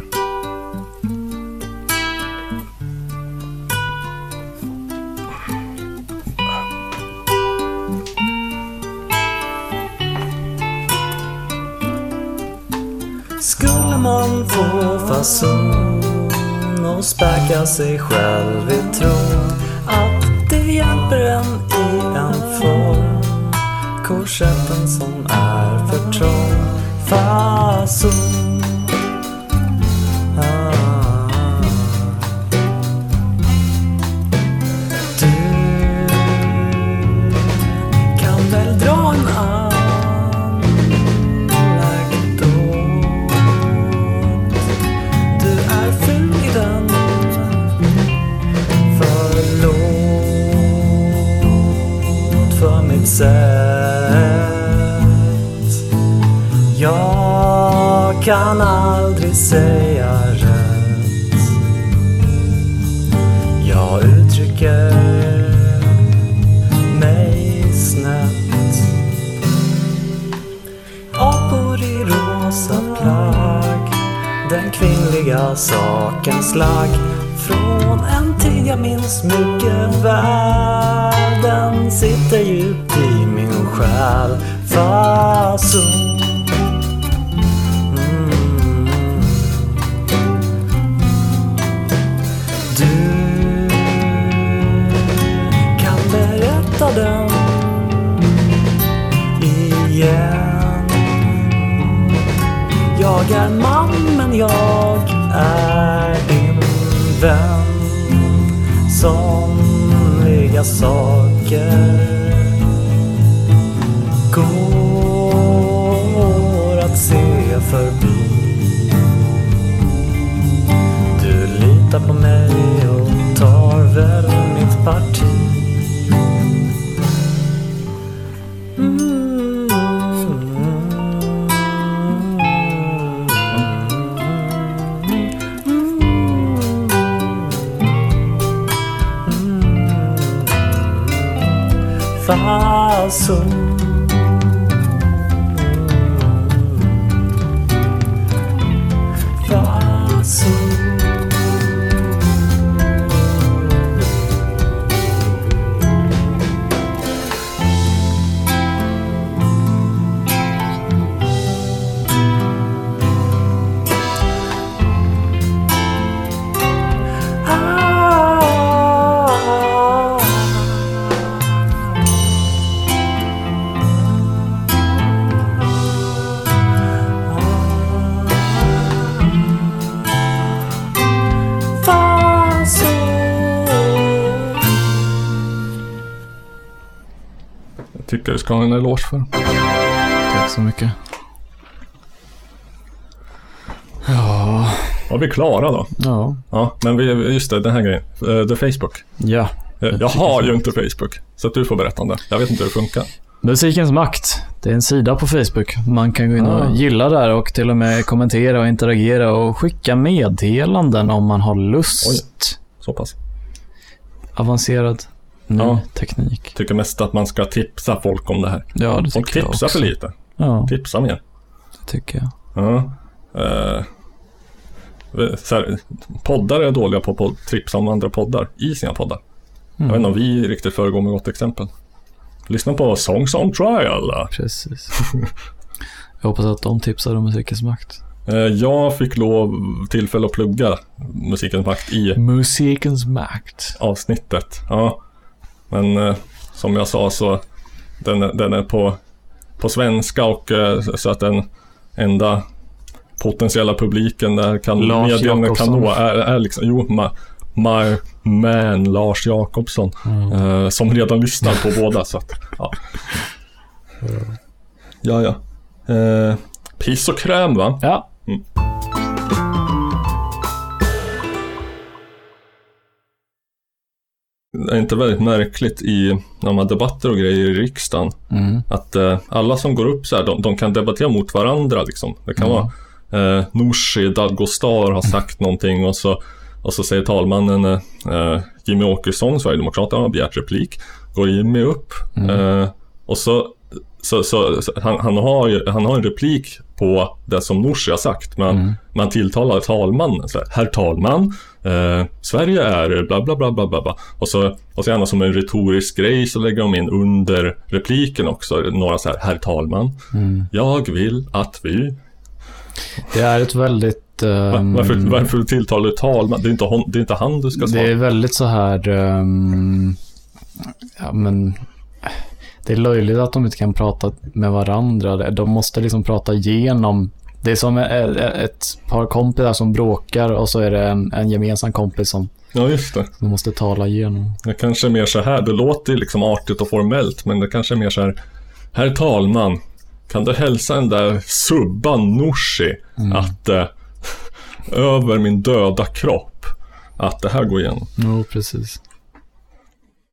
Skulle man få fason och späka sig själv i tron hjälper en i en form, korsetten som är för trång. Fason. Du kan väl dra en anekdot. Du är ful i den. Förlåt för mitt sätt. Jag kan aldrig säga rätt. Jag uttrycker mig snett. Apor i rosa plagg, den kvinnliga sakens lag. Från en tid jag minns mycket väl, den sitter djupt i min själ. Fason. Den igen. Jag är man men jag är din vän. Somliga saker går att se förbi. Du litar på mig och tar väl mitt parti. Fason. Fason. Tycker du ska ha en eloge för. Tack så mycket. Ja. Var vi klara då? Ja. Ja, men just det, den här grejen. The Facebook. Ja. Jag har ju inte Facebook, så att du får berätta om det. Jag vet inte hur det funkar. Musikens makt. Det är en sida på Facebook. Man kan gå in och gilla där och till och med kommentera och interagera och skicka meddelanden om man har lust. Oj, så pass. Avancerad teknik. Tycker mest att man ska tipsa folk om det här. Ja, det tycker jag också. Tipsa för lite. Ja. Tipsa mer. Det tycker jag. Ja. Så här, poddar är dåliga på att tipsa om andra poddar i sina poddar. Jag vet inte om vi riktigt föregår med gott exempel. Lyssna på Songs on Trial. Precis. Jag hoppas att de tipsar om Musikens makt. Jag fick tillfälle att plugga Musikens makt i Musikens makt avsnittet. Ja. Men som jag sa så den är på svenska och så att den enda potentiella publiken där medierna kan nå är liksom my man Lars Jakobsson som redan lyssnar på båda så att ja. Piss och kräm, va? Ja. Det är inte väldigt märkligt i de här debatter och grejer i riksdagen att alla som går upp så här, de kan debattera mot varandra liksom. Det kan vara Nooshi Dadgostar har sagt någonting och så säger talmannen Jimmy Åkesson, Sverigedemokraterna, har begärt replik. Går Jimmy upp och så han har en replik på det som Nooshi har sagt, men man tilltalar talmannen så här, herr talman, Sverige är bla bla bla bla bla, och så gärna som en retorisk grej så lägger de in under repliken också några så här, herr talman, jag vill att vi. Det är ett väldigt varför tilltalar du talman? Det är inte han du ska svara. Det är väldigt så här Ja, men det är löjligt att de inte kan prata med varandra. De måste liksom prata igenom. Det är som ett par kompisar som bråkar och så är det en gemensam kompis som just det. De måste tala igenom. Det kanske är mer så här. Det låter liksom artigt och formellt, men det kanske är mer så här: herr talman, kan du hälsa den där subban Nooshi att över min döda kropp att det här går igenom? Jo, precis.